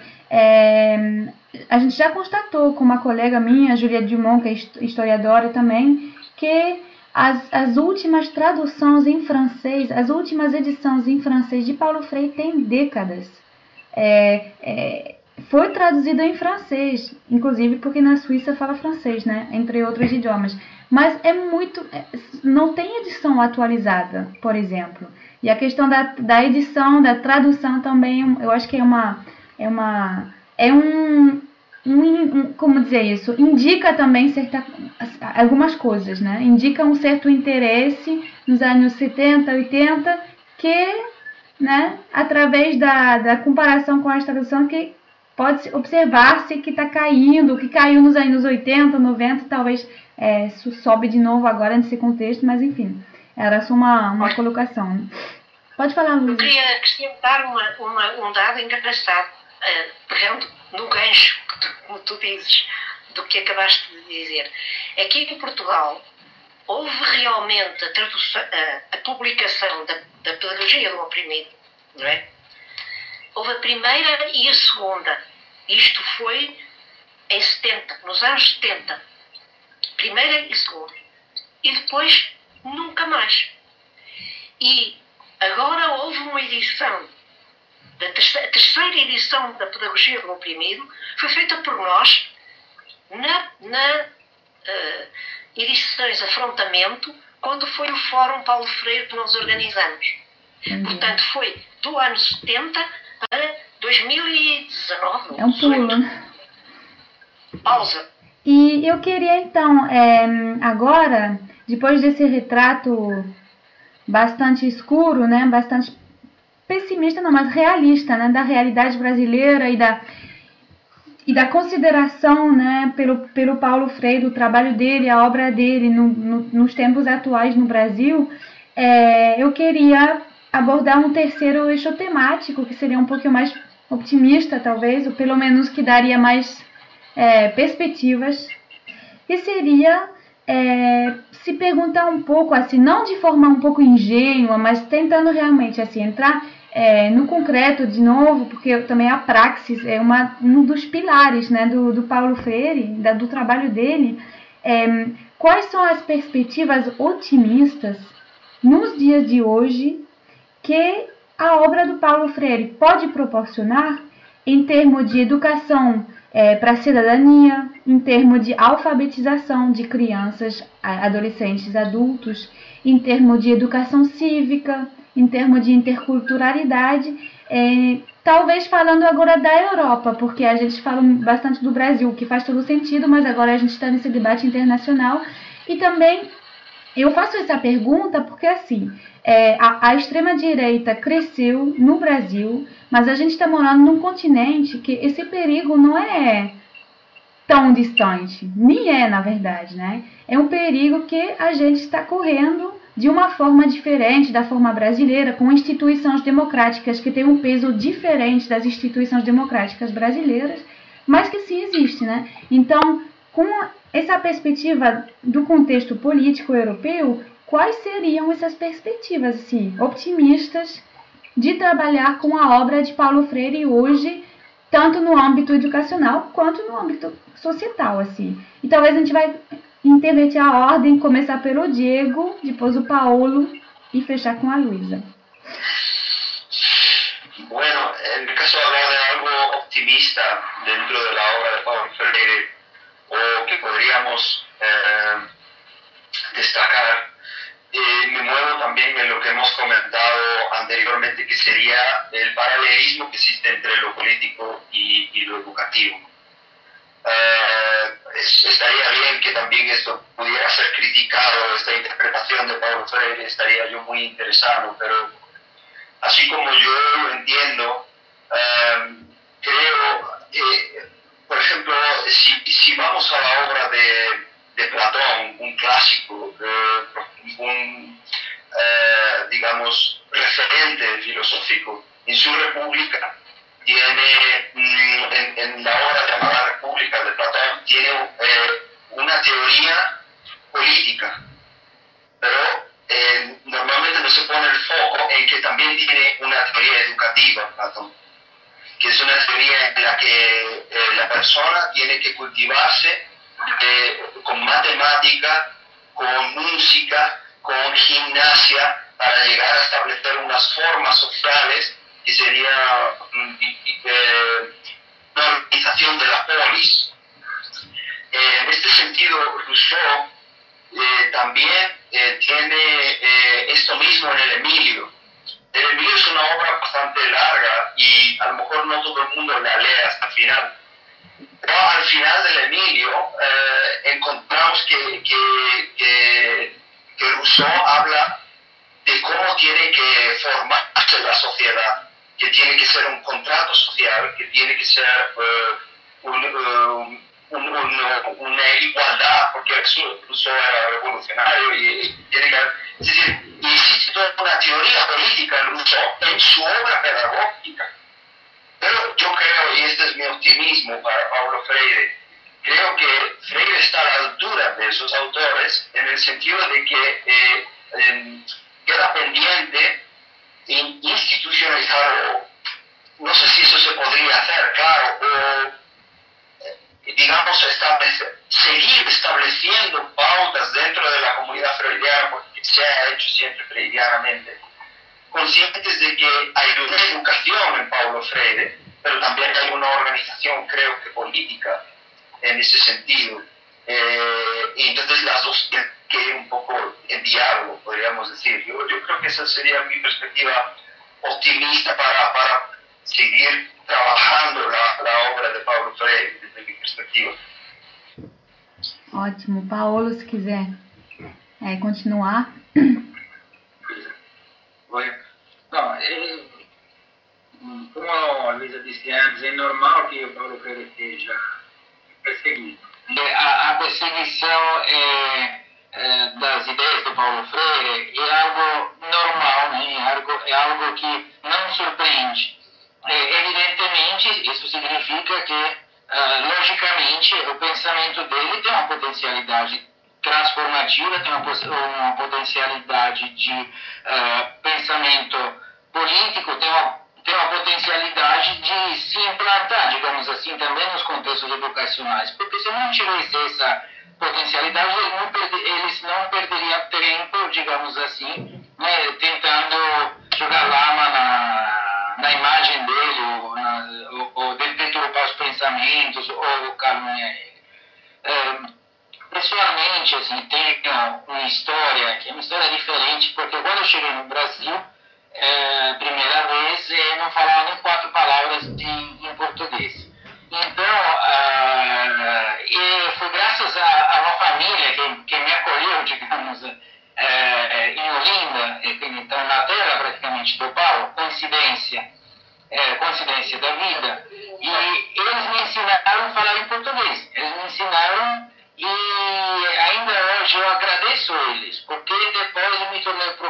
a gente já constatou com uma colega minha, Juliette Dumont, que é historiadora também, que as últimas traduções em francês, as últimas edições em francês de Paulo Freire têm décadas. Foi traduzido em francês, inclusive porque na Suíça fala francês, né? Entre outros idiomas. Mas não tem edição atualizada, por exemplo. E a questão da edição, da tradução também, eu acho que como dizer isso? Indica também algumas coisas, né? Indica um certo interesse nos anos 70, 80, que, né, através da comparação com a tradução, que pode observar-se que está caindo, que caiu nos anos 80, 90, talvez sobe de novo agora nesse contexto, mas enfim, era só uma colocação. Pode falar, Luísa. Eu queria acrescentar um dado engraçado, pegando no gancho, como tu dizes, do que acabaste de dizer. É que em Portugal houve realmente a publicação da Pedagogia do Oprimido, não é? Houve a primeira e a segunda. Isto foi em 70, nos anos 70. Primeira e segunda. E depois, nunca mais. E agora houve uma edição, a terceira edição da Pedagogia do Oprimido, foi feita por nós na edições Afrontamento, quando foi o Fórum Paulo Freire que nós organizamos. Portanto, foi do ano 70 para 2019. É um pulo. Pausa. E eu queria, então, agora, depois desse retrato bastante escuro, né, bastante pessimista, não, mas realista, né, da realidade brasileira e da consideração, né, pelo Paulo Freire, o trabalho dele, a obra dele nos tempos atuais no Brasil, eu queria abordar um terceiro eixo temático, que seria um pouquinho mais optimista, talvez, ou pelo menos que daria mais perspectivas, e seria se perguntar um pouco, assim, não de forma um pouco ingênua, mas tentando realmente assim, entrar no concreto de novo, porque também a praxis é um dos pilares, né, do Paulo Freire, do trabalho dele. Quais são as perspectivas otimistas nos dias de hoje que a obra do Paulo Freire pode proporcionar em termos de educação para a cidadania, em termos de alfabetização de crianças, adolescentes, adultos, em termos de educação cívica, em termos de interculturalidade, talvez falando agora da Europa, porque a gente fala bastante do Brasil, que faz todo sentido, mas agora a gente está nesse debate internacional. E também eu faço essa pergunta porque, assim, a extrema-direita cresceu no Brasil, mas a gente está morando num continente que esse perigo não é tão distante, nem é, na verdade, né? É um perigo que a gente está correndo de uma forma diferente da forma brasileira, com instituições democráticas que têm um peso diferente das instituições democráticas brasileiras, mas que sim existe, né? Então, com essa perspectiva do contexto político europeu, quais seriam essas perspectivas, assim, optimistas de trabalhar com a obra de Paulo Freire hoje, tanto no âmbito educacional quanto no âmbito societal, assim? E talvez a gente vai inverter a ordem, começar pelo Diego, depois o Paulo e fechar com a Luisa. Bueno, en el caso de hablar de algo optimista dentro de la obra de Paulo Freire, o que podríamos destacar, me muevo también en lo que hemos comentado anteriormente, que sería el paralelismo que existe entre lo político y lo educativo. Estaría bien que también esto pudiera ser criticado, esta interpretación de Paulo Freire, estaría yo muy interesado, pero así como yo lo entiendo, creo, por ejemplo, si vamos a la obra de Platón, un clásico, digamos, referente filosófico, en su República, tiene, en la obra llamada República de Platón, tiene una teoría política, pero normalmente no se pone el foco en que también tiene una teoría educativa, Platón, que es una teoría en la que la persona tiene que cultivarse con matemática, con música, con gimnasia, para llegar a establecer unas formas sociales que sería una organización de la polis. En este sentido, Rousseau también tiene esto mismo en el Emilio. El Emilio es una obra bastante larga y a lo mejor no todo el mundo la lee hasta el final. Pero al final del Emilio encontramos que Rousseau habla de cómo tiene que formarse la sociedad, que tiene que ser un contrato social, que tiene que ser una igualdad, porque Rousseau era revolucionario y tiene que... Es decir, existe toda una teoría política en Rousseau, en su obra pedagógica. Pero yo creo, y este es mi optimismo para Paulo Freire, creo que Freire está a la altura de esos autores en el sentido de que queda pendiente institucionalizar, no sé si eso se podría hacer, claro, o digamos seguir estableciendo pautas dentro de la comunidad freudiana, porque se ha hecho siempre freudianamente, conscientes de que hay una educación en Paulo Freire, pero también hay una organización, creo que política, en ese sentido. Y entonces las dos tienen que ir un poco en diálogo, podríamos decir. Yo creo que esa sería mi perspectiva optimista para seguir trabajando la obra de Paulo Freire, desde mi perspectiva. Ótimo. Paulo, se quiser continuar. No, como a Luisa disse antes, é normal que o Paulo Freire esteja perseguido. A perseguição das ideias do Paulo Freire é algo normal, né? É algo que não surpreende. Evidentemente, isso significa que, logicamente, o pensamento dele tem uma potencialidade transformativa, tem uma potencialidade de pensamento político, tem uma potencialidade de se implantar, digamos assim, também nos contextos educacionais. Porque se não tivesse essa potencialidade, eles não perderiam tempo, digamos assim, né, tentando jogar lama na imagem dele, ou deturpar os pensamentos, ou caluniar ele. Pessoalmente, assim, tenho uma história que é uma história diferente, porque quando eu cheguei no Brasil,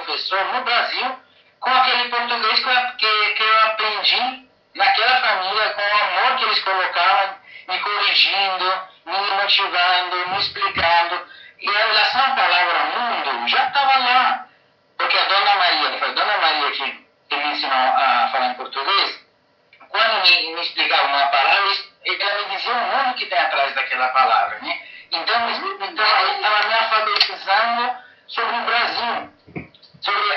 professor no Brasil com aquele português que eu aprendi naquela família, com o amor que eles colocavam, me corrigindo, me motivando, me explicando. E a relação à palavra mundo já estava lá. Porque a Dona Maria, foi a Dona Maria que me ensinou a falar em português, quando me explicava uma palavra, ela me dizia o mundo que tem atrás daquela palavra, né? Então ela estava me alfabetizando sobre o Brasil, sobre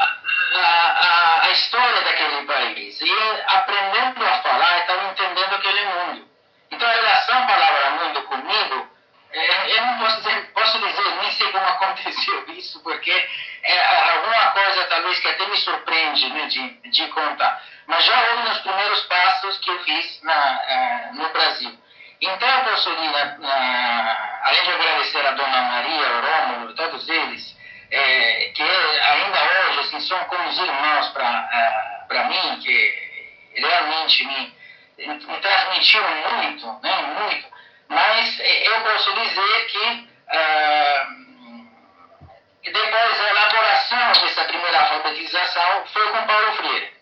a história daquele país. E aprendendo a falar, estava entendendo aquele mundo. Então a relação palavra-mundo comigo, eu não posso dizer nem sei como aconteceu isso, porque é alguma coisa talvez que até me surpreende, né, de contar. Mas já houve nos primeiros passos que eu fiz no Brasil. Então eu posso ir, além de agradecer a Dona Maria, ao Rômulo, todos eles, que ainda hoje assim, são como os irmãos para mim, que realmente me transmitiram muito, né, muito. Mas eu posso dizer que depois a elaboração dessa primeira alfabetização foi com Paulo Freire.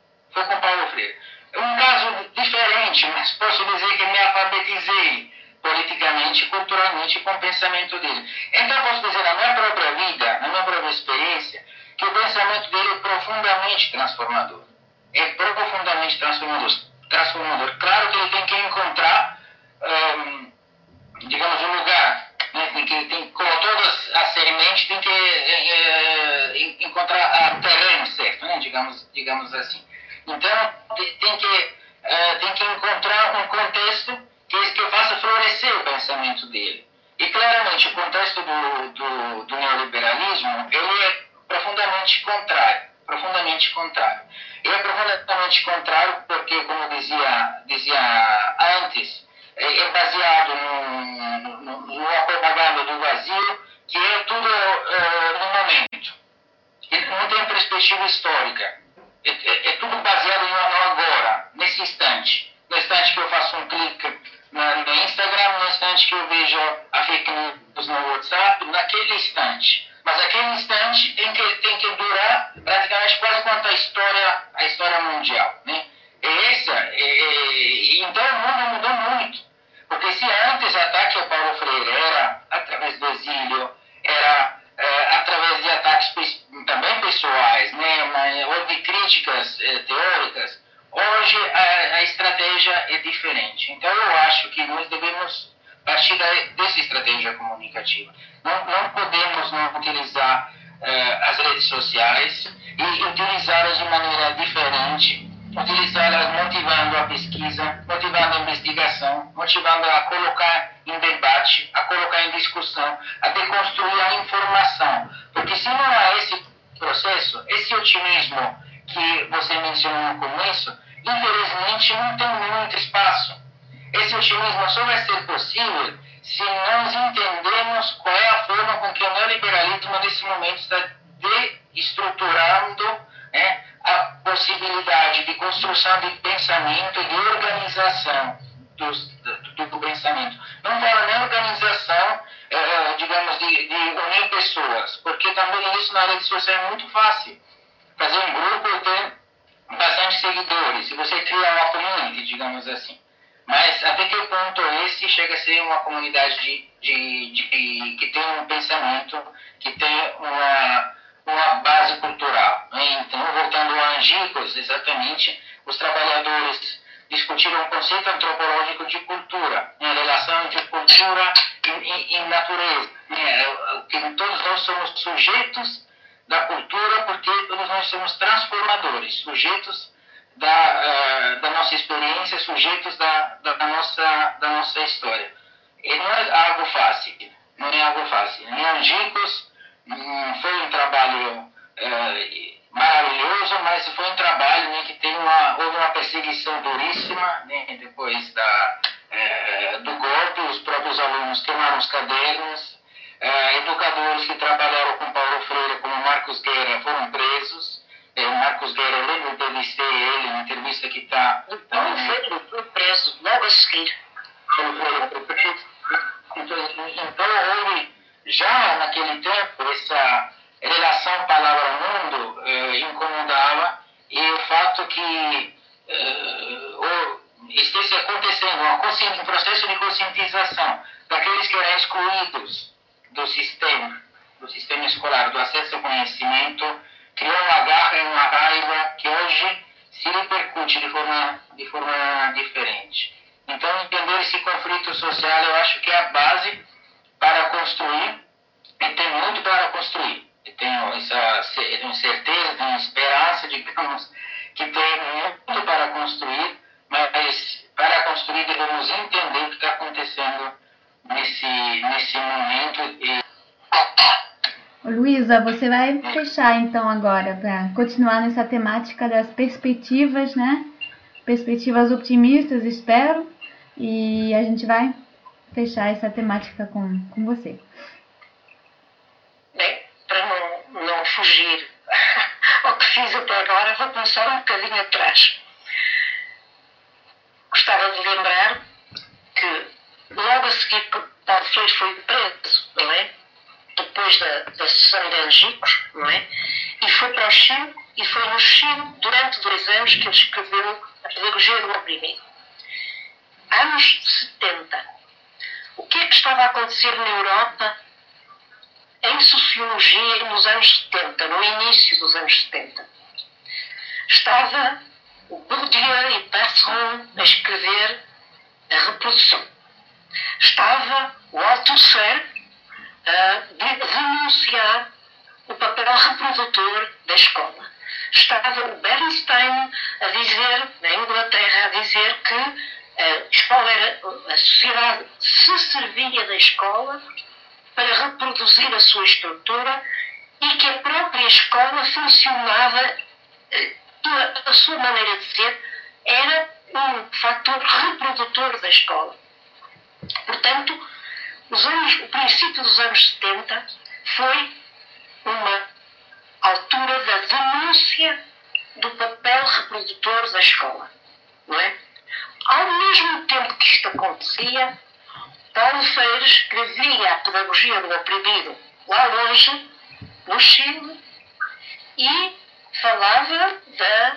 Um caso diferente, mas posso dizer que me alfabetizei politicamente, culturalmente, com o pensamento dele. Então posso dizer, na minha própria vida, na minha própria experiência, que o pensamento dele é profundamente transformador. É profundamente transformador. Claro que ele tem que encontrar, digamos, um lugar, né? Com todas as sementes, tem que encontrar o terreno certo, né? digamos assim. Então, tem que encontrar um contexto que faça florescer o pensamento dele. E, claramente, o contexto do neoliberalismo, ele é profundamente contrário. Ele é profundamente contrário porque, como dizia antes, é baseado numa propaganda do vazio, que é tudo no momento. Ele não tem perspectiva histórica. É tudo baseado no agora, nesse instante. No instante que eu faço um clique no Instagram, no instante que eu vejo a fake news no WhatsApp, naquele instante. Mas aquele instante tem que durar praticamente quase quanto a história mundial, né? Então o mundo mudou muito. Porque se antes o ataque ao Paulo Freire era através do exílio, era através de ataques também pessoais, né, ou de críticas teóricas, hoje a estratégia é diferente. Então eu acho que nós devemos partir dessa estratégia comunicativa. Não podemos não utilizar as redes sociais e utilizá-las de maneira diferente, utilizá-las motivando a pesquisa, motivando a investigação, motivando a colocar em debate, a colocar em discussão, a deconstruir a informação. Porque se não há esse processo, esse otimismo que você mencionou no começo, infelizmente não tem muito espaço. Esse otimismo só vai ser possível se nós entendermos qual é a forma com que o neoliberalismo nesse momento está deestruturando, né, a possibilidade de construção de pensamento e de organização do pensamento. Não falo nem organização, digamos, de unir pessoas, porque também isso na rede social é muito fácil. Fazer um grupo e ter bastante seguidores, se você cria uma community, digamos assim. Mas até que ponto esse chega a ser uma comunidade que tem um pensamento, que tem uma base cultural, né? Então, voltando a Angicos, exatamente, os trabalhadores discutiram o conceito antropológico de cultura, né? A relação entre cultura e natureza, né? Que todos nós somos sujeitos da cultura, porque todos nós somos transformadores, sujeitos da nossa experiência, sujeitos da nossa história. E não é algo fácil, Em Angicos foi um trabalho maravilhoso, mas foi um trabalho, né, que houve uma perseguição duríssima, né, depois do golpe. Os próprios alunos queimaram os cadernos, educadores que trabalharam com Paulo Freire, como Marcos Guerra, foram presos. Marcos Guerra, eu lembro de entrevistei ele na entrevista que está... Paulo Freire foi preso logo a seguir. Paulo Freire foi preso. Então houve já naquele tempo essa relação expressão palavra mundo incomodava, e o fato que esteja acontecendo um processo de conscientização daqueles que eram excluídos do sistema escolar, do acesso ao conhecimento, criou uma garra e uma raiva que hoje se repercute de forma diferente. Então, entender esse conflito social, eu acho que é a base para construir, e tem muito para construir. Eu tenho certeza, tenho esperança, digamos, que tem muito para construir, mas para construir devemos entender o que está acontecendo nesse momento. Luísa, você vai fechar então agora para continuar nessa temática das perspectivas, né? Perspectivas otimistas, espero, e a gente vai fechar essa temática com você. Bem, para não fugir ao que fiz até agora, vou começar um bocadinho atrás. Gostava de lembrar que logo a seguir que Paulo Freire foi preso, não é? Depois da sessão de Angicos, não é? E foi para o Chile, e foi no Chile, durante 2 anos, que ele escreveu A Pedagogia do Oprimido. Anos 70. O que é que estava a acontecer na Europa em sociologia nos anos 70, no início dos anos 70? Estava o Bourdieu e Passeron a escrever a reprodução. Estava o Althusser a denunciar o papel reprodutor da escola. Estava o Bernstein a dizer, na Inglaterra, a dizer que a sociedade se servia da escola para reproduzir a sua estrutura e que a própria escola funcionava, a sua maneira de ser, era um fator reprodutor da escola. Portanto, o princípio dos anos 70 foi uma altura da denúncia do papel reprodutor da escola, não é? Ao mesmo tempo que isto acontecia, Paulo Freire escrevia A Pedagogia do Oprimido lá longe, no Chile, e falava da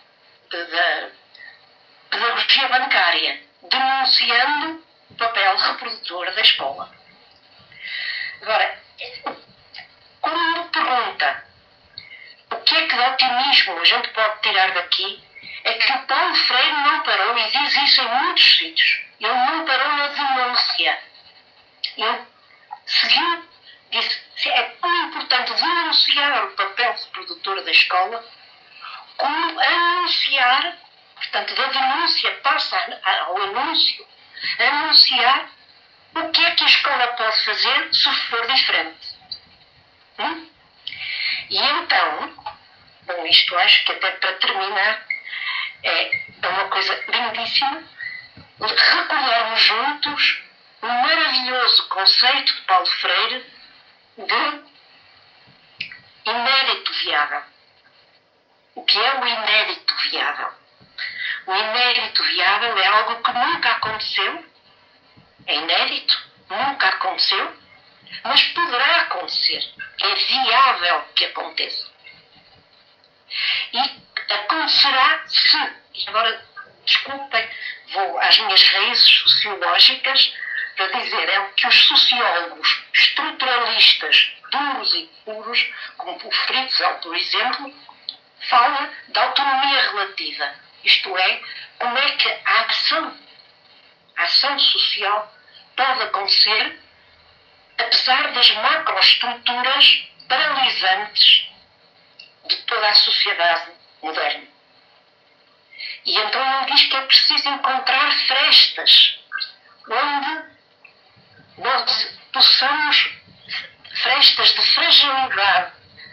pedagogia bancária, denunciando o papel reprodutor da escola. Agora, quando me pergunta o que é que de otimismo a gente pode tirar daqui, é que o Paulo Freire não parou, e diz isso em muitos sítios, ele não parou na denúncia. Ele seguiu, disse, é tão importante denunciar o papel reprodutor da escola, como anunciar, portanto, da denúncia passa ao anúncio, anunciar o que é que a escola pode fazer se for diferente. E então, bom, isto acho que até para terminar, é uma coisa lindíssima, recordarmos juntos o maravilhoso conceito de Paulo Freire de inédito viável. O que é o inédito viável? O inédito viável é algo que nunca aconteceu, é inédito, nunca aconteceu, mas poderá acontecer, é viável que aconteça. E acontecerá se, e agora, desculpem, vou às minhas raízes sociológicas para dizer que os sociólogos estruturalistas duros e puros, como o Fritzel, por exemplo, fala da autonomia relativa. Isto é, como é que a ação social pode acontecer apesar das macroestruturas paralisantes de toda a sociedade moderna. E então ele diz que é preciso encontrar frestas onde nós possamos, frestas de fragilidade,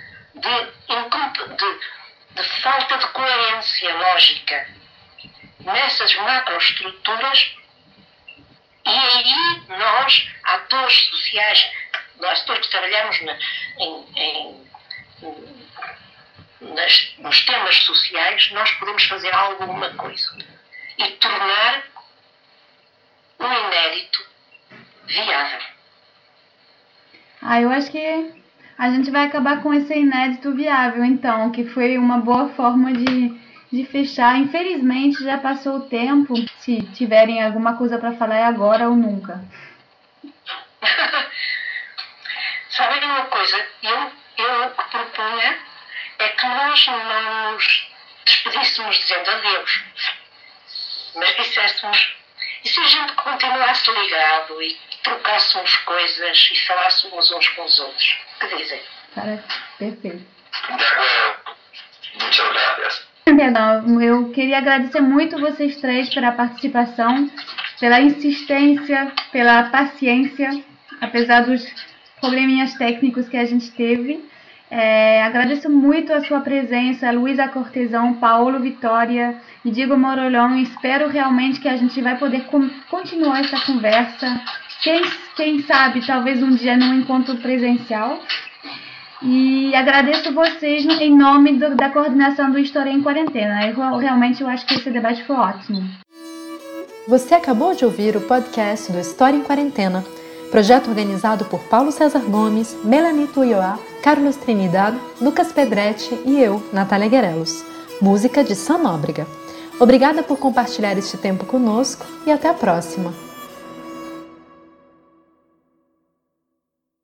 de falta de coerência lógica nessas macroestruturas, e aí nós, atores sociais, nós todos que trabalhamos nos temas sociais, nós podemos fazer alguma coisa e tornar o inédito viável. Eu acho que A gente vai acabar com esse inédito viável, então, que foi uma boa forma de fechar. Infelizmente, já passou o tempo. Se tiverem alguma coisa para falar, é agora ou nunca. Sabem uma coisa? Eu o que propunha é que nós não nos despedíssemos dizendo adeus, mas disséssemos, e se a gente continuasse ligado e trocássemos coisas e falássemos uns com os outros? O que dizem? Parece perfeito. De acuerdo. Muchas gracias. Perdão, eu queria agradecer muito vocês três pela participação, pela insistência, pela paciência, apesar dos probleminhas técnicos que a gente teve. Agradeço muito a sua presença, Luísa Cortesão, Paulo Vitória e Diego Morolhão. Espero realmente que a gente vai poder continuar essa conversa. Quem sabe, talvez um dia num encontro presencial. E agradeço vocês em nome da coordenação do História em Quarentena. Realmente eu acho que esse debate foi ótimo. Você acabou de ouvir o podcast do História em Quarentena, projeto organizado por Paulo César Gomes, Melanie Tuioá, Carlos Trinidad, Lucas Pedretti e eu, Natália Guerelos. Música de Sam Nóbrega. Obrigada por compartilhar este tempo conosco e até a próxima!